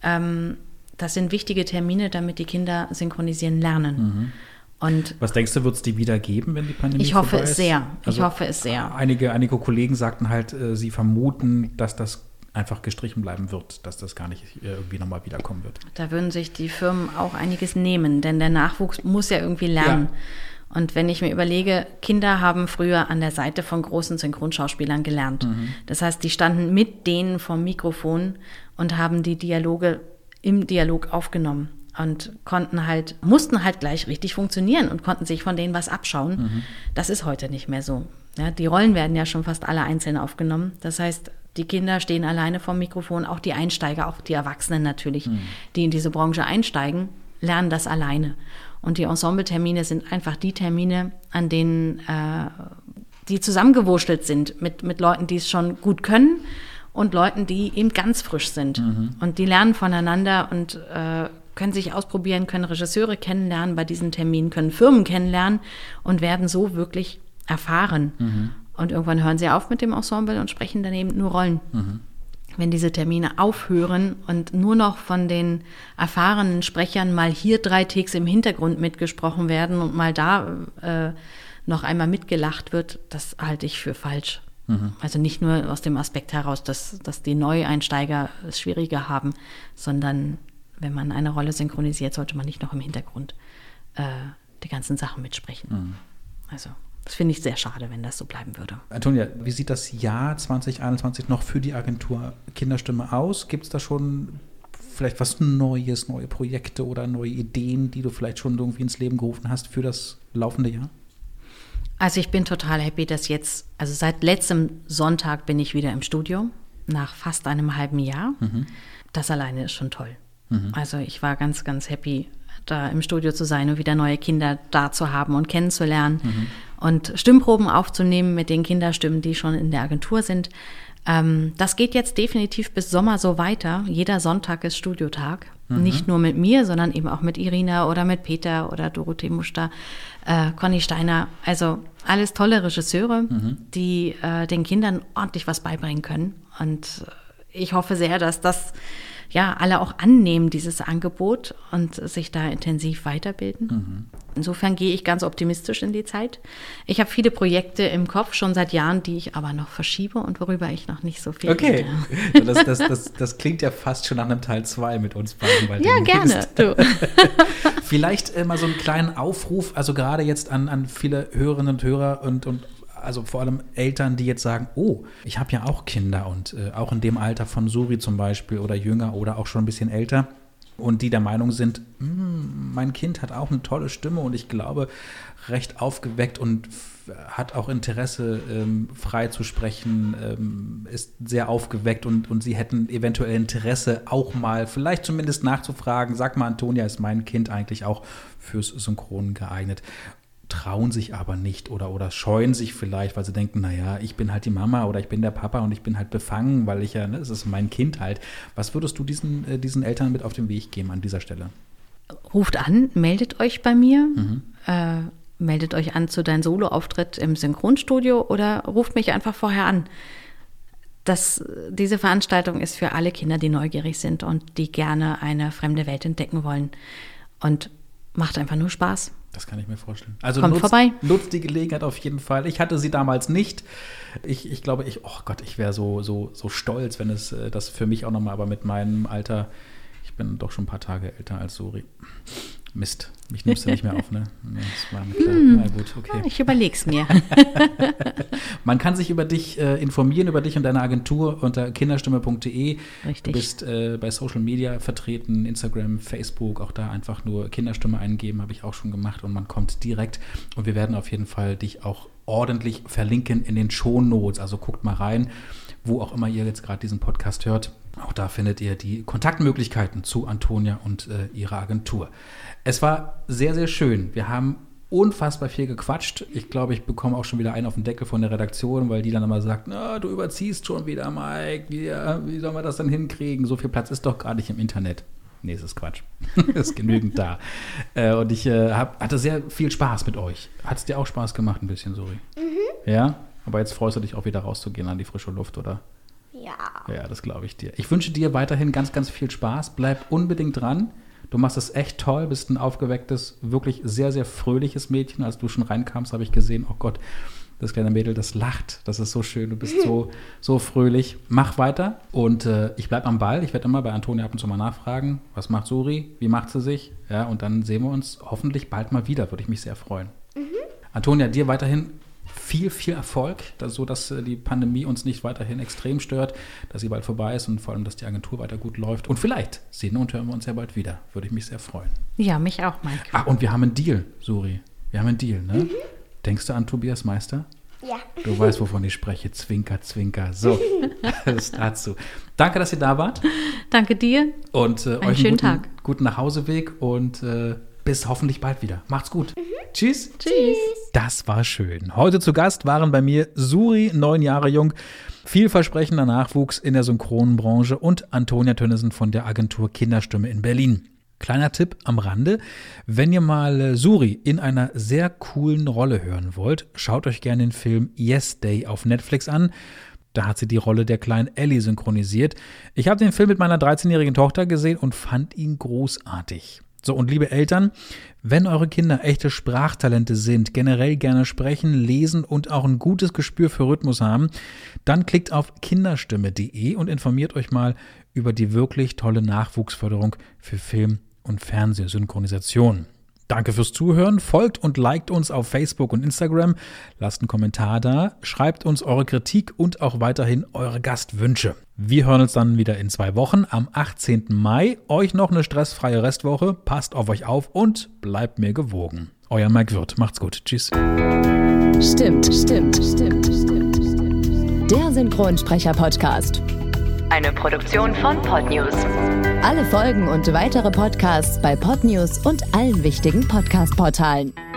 Das sind wichtige Termine, damit die Kinder synchronisieren lernen. Und was denkst du, wird es die wieder geben, wenn die Pandemie vorbei ist? Ich hoffe es sehr. Einige Kollegen sagten halt, sie vermuten, dass das einfach gestrichen bleiben wird, dass das gar nicht irgendwie nochmal wiederkommen wird. Da würden sich die Firmen auch einiges nehmen, denn der Nachwuchs muss ja irgendwie lernen. Ja. Und wenn ich mir überlege, Kinder haben früher an der Seite von großen Synchronschauspielern gelernt. Das heißt, die standen mit denen vom Mikrofon und haben die Dialoge im Dialog aufgenommen und mussten halt gleich richtig funktionieren und konnten sich von denen was abschauen. Das ist heute nicht mehr so. Ja, die Rollen werden ja schon fast alle einzeln aufgenommen. Das heißt, die Kinder stehen alleine vom Mikrofon, auch die Einsteiger, auch die Erwachsenen natürlich, die in diese Branche einsteigen, lernen das alleine. Und die Ensemble-Termine sind einfach die Termine, an denen die zusammengewurschtelt sind mit Leuten, die es schon gut können und Leuten, die eben ganz frisch sind. Und die lernen voneinander und können sich ausprobieren, können Regisseure kennenlernen bei diesen Terminen, können Firmen kennenlernen und werden so wirklich erfahren. Und irgendwann hören sie auf mit dem Ensemble und sprechen dann eben nur Rollen. Wenn diese Termine aufhören und nur noch von den erfahrenen Sprechern mal hier 3 Takes im Hintergrund mitgesprochen werden und mal da noch einmal mitgelacht wird, das halte ich für falsch. Also nicht nur aus dem Aspekt heraus, dass die Neueinsteiger es schwieriger haben, sondern wenn man eine Rolle synchronisiert, sollte man nicht noch im Hintergrund die ganzen Sachen mitsprechen. Also das finde ich sehr schade, wenn das so bleiben würde. Antonia, wie sieht das Jahr 2021 noch für die Agentur Kinderstimme aus? Gibt es da schon vielleicht was Neues, neue Projekte oder neue Ideen, die du vielleicht schon irgendwie ins Leben gerufen hast für das laufende Jahr? Also ich bin total happy, dass also seit letztem Sonntag bin ich wieder im Studio, nach fast einem halben Jahr. Das alleine ist schon toll. Also ich war ganz, ganz happy, da im Studio zu sein und wieder neue Kinder da zu haben und kennenzulernen und Stimmproben aufzunehmen mit den Kinderstimmen, die schon in der Agentur sind. Das geht jetzt definitiv bis Sommer so weiter. Jeder Sonntag ist Studiotag. Nicht nur mit mir, sondern eben auch mit Irina oder mit Peter oder Dorothee Muster, Conny Steiner. Also alles tolle Regisseure, die den Kindern ordentlich was beibringen können. Und ich hoffe sehr, dass das alle auch annehmen, dieses Angebot, und sich da intensiv weiterbilden. Insofern gehe ich ganz optimistisch in die Zeit. Ich habe viele Projekte im Kopf, schon seit Jahren, die ich aber noch verschiebe und worüber ich noch nicht so viel rede. Das klingt ja fast schon nach einem Teil 2 mit uns beiden. Weil ja, gerne. Du. Vielleicht mal so einen kleinen Aufruf, also gerade jetzt an viele Hörerinnen und Hörer und also vor allem Eltern, die jetzt sagen, oh, ich habe ja auch Kinder und auch in dem Alter von Suri zum Beispiel oder jünger oder auch schon ein bisschen älter und die der Meinung sind, mein Kind hat auch eine tolle Stimme und ich glaube, recht aufgeweckt und hat auch Interesse, frei zu sprechen, ist sehr aufgeweckt und sie hätten eventuell Interesse, auch mal vielleicht zumindest nachzufragen, sag mal, Antonia, ist mein Kind eigentlich auch fürs Synchron geeignet? Trauen sich aber nicht oder scheuen sich vielleicht, weil sie denken, naja, ich bin halt die Mama oder ich bin der Papa und ich bin halt befangen, weil es ist mein Kind halt. Was würdest du diesen Eltern mit auf den Weg geben an dieser Stelle? Ruft an, meldet euch bei mir. meldet euch an zu deinem Soloauftritt im Synchronstudio oder ruft mich einfach vorher an. Diese Veranstaltung ist für alle Kinder, die neugierig sind und die gerne eine fremde Welt entdecken wollen. Und macht einfach nur Spaß. Das kann ich mir vorstellen. Also kommt vorbei. Nutzt die Gelegenheit auf jeden Fall. Ich hatte sie damals nicht. Ich glaube, ich wäre so stolz, wenn es das für mich auch nochmal, aber mit meinem Alter, ich bin doch schon ein paar Tage älter als Suri. Mist, mich nimmst du nicht mehr auf, ne? Das war mir klar. Na gut, okay. Ich überleg's mir. Man kann sich über dich informieren, über dich und deine Agentur unter kinderstimme.de. Richtig. Du bist bei Social Media vertreten, Instagram, Facebook, auch da einfach nur Kinderstimme eingeben, habe ich auch schon gemacht und man kommt direkt. Und wir werden auf jeden Fall dich auch ordentlich verlinken in den Shownotes. Also guckt mal rein, wo auch immer ihr jetzt gerade diesen Podcast hört. Auch da findet ihr die Kontaktmöglichkeiten zu Antonia und ihrer Agentur. Es war sehr, sehr schön. Wir haben unfassbar viel gequatscht. Ich glaube, ich bekomme auch schon wieder einen auf den Deckel von der Redaktion, weil die dann immer sagt, du überziehst schon wieder, Mike. Wie sollen wir das dann hinkriegen? So viel Platz ist doch gar nicht im Internet. Nee, es ist Quatsch. Es ist genügend da. Und ich hatte sehr viel Spaß mit euch. Hat es dir auch Spaß gemacht, ein bisschen, Suri? Mhm. Ja? Aber jetzt freust du dich auch wieder rauszugehen an die frische Luft, oder? Ja. Ja, das glaube ich dir. Ich wünsche dir weiterhin ganz, ganz viel Spaß. Bleib unbedingt dran. Du machst es echt toll, bist ein aufgewecktes, wirklich sehr, sehr fröhliches Mädchen. Als du schon reinkamst, habe ich gesehen, oh Gott, das kleine Mädel, das lacht. Das ist so schön, du bist so fröhlich. Mach weiter und ich bleibe am Ball. Ich werde immer bei Antonia ab und zu mal nachfragen, was macht Suri, wie macht sie sich? Ja, und dann sehen wir uns hoffentlich bald mal wieder, würde ich mich sehr freuen. Mhm. Antonia, dir weiterhin viel, viel Erfolg, sodass die Pandemie uns nicht weiterhin extrem stört, dass sie bald vorbei ist und vor allem, dass die Agentur weiter gut läuft. Und vielleicht sehen und hören wir uns ja bald wieder. Würde ich mich sehr freuen. Ja, mich auch, Mike. Ach, und wir haben einen Deal, Suri. Wir haben einen Deal, ne? Mhm. Denkst du an Tobias Meister? Ja. Du weißt, wovon ich spreche. Zwinker, zwinker. So, das dazu. Danke, dass ihr da wart. Danke dir. Und einen euch schönen Tag. Guten Nachhauseweg und bis hoffentlich bald wieder. Macht's gut. Mhm. Tschüss. Tschüss. Das war schön. Heute zu Gast waren bei mir Suri, 9 Jahre jung, vielversprechender Nachwuchs in der Synchronenbranche und Antonia Tönnissen von der Agentur Kinderstimme in Berlin. Kleiner Tipp am Rande, wenn ihr mal Suri in einer sehr coolen Rolle hören wollt, schaut euch gerne den Film Yes Day auf Netflix an. Da hat sie die Rolle der kleinen Ellie synchronisiert. Ich habe den Film mit meiner 13-jährigen Tochter gesehen und fand ihn großartig. So, und liebe Eltern, wenn eure Kinder echte Sprachtalente sind, generell gerne sprechen, lesen und auch ein gutes Gespür für Rhythmus haben, dann klickt auf kinderstimme.de und informiert euch mal über die wirklich tolle Nachwuchsförderung für Film- und Fernsehsynchronisation. Danke fürs Zuhören, folgt und liked uns auf Facebook und Instagram, lasst einen Kommentar da, schreibt uns eure Kritik und auch weiterhin eure Gastwünsche. Wir hören uns dann wieder in 2 Wochen am 18. Mai. Euch noch eine stressfreie Restwoche, passt auf euch auf und bleibt mir gewogen. Euer Mike Wirth, macht's gut, tschüss. Stimmt. Der Synchronsprecher-Podcast. Eine Produktion von Podnews. Alle Folgen und weitere Podcasts bei Podnews und allen wichtigen Podcast-Portalen.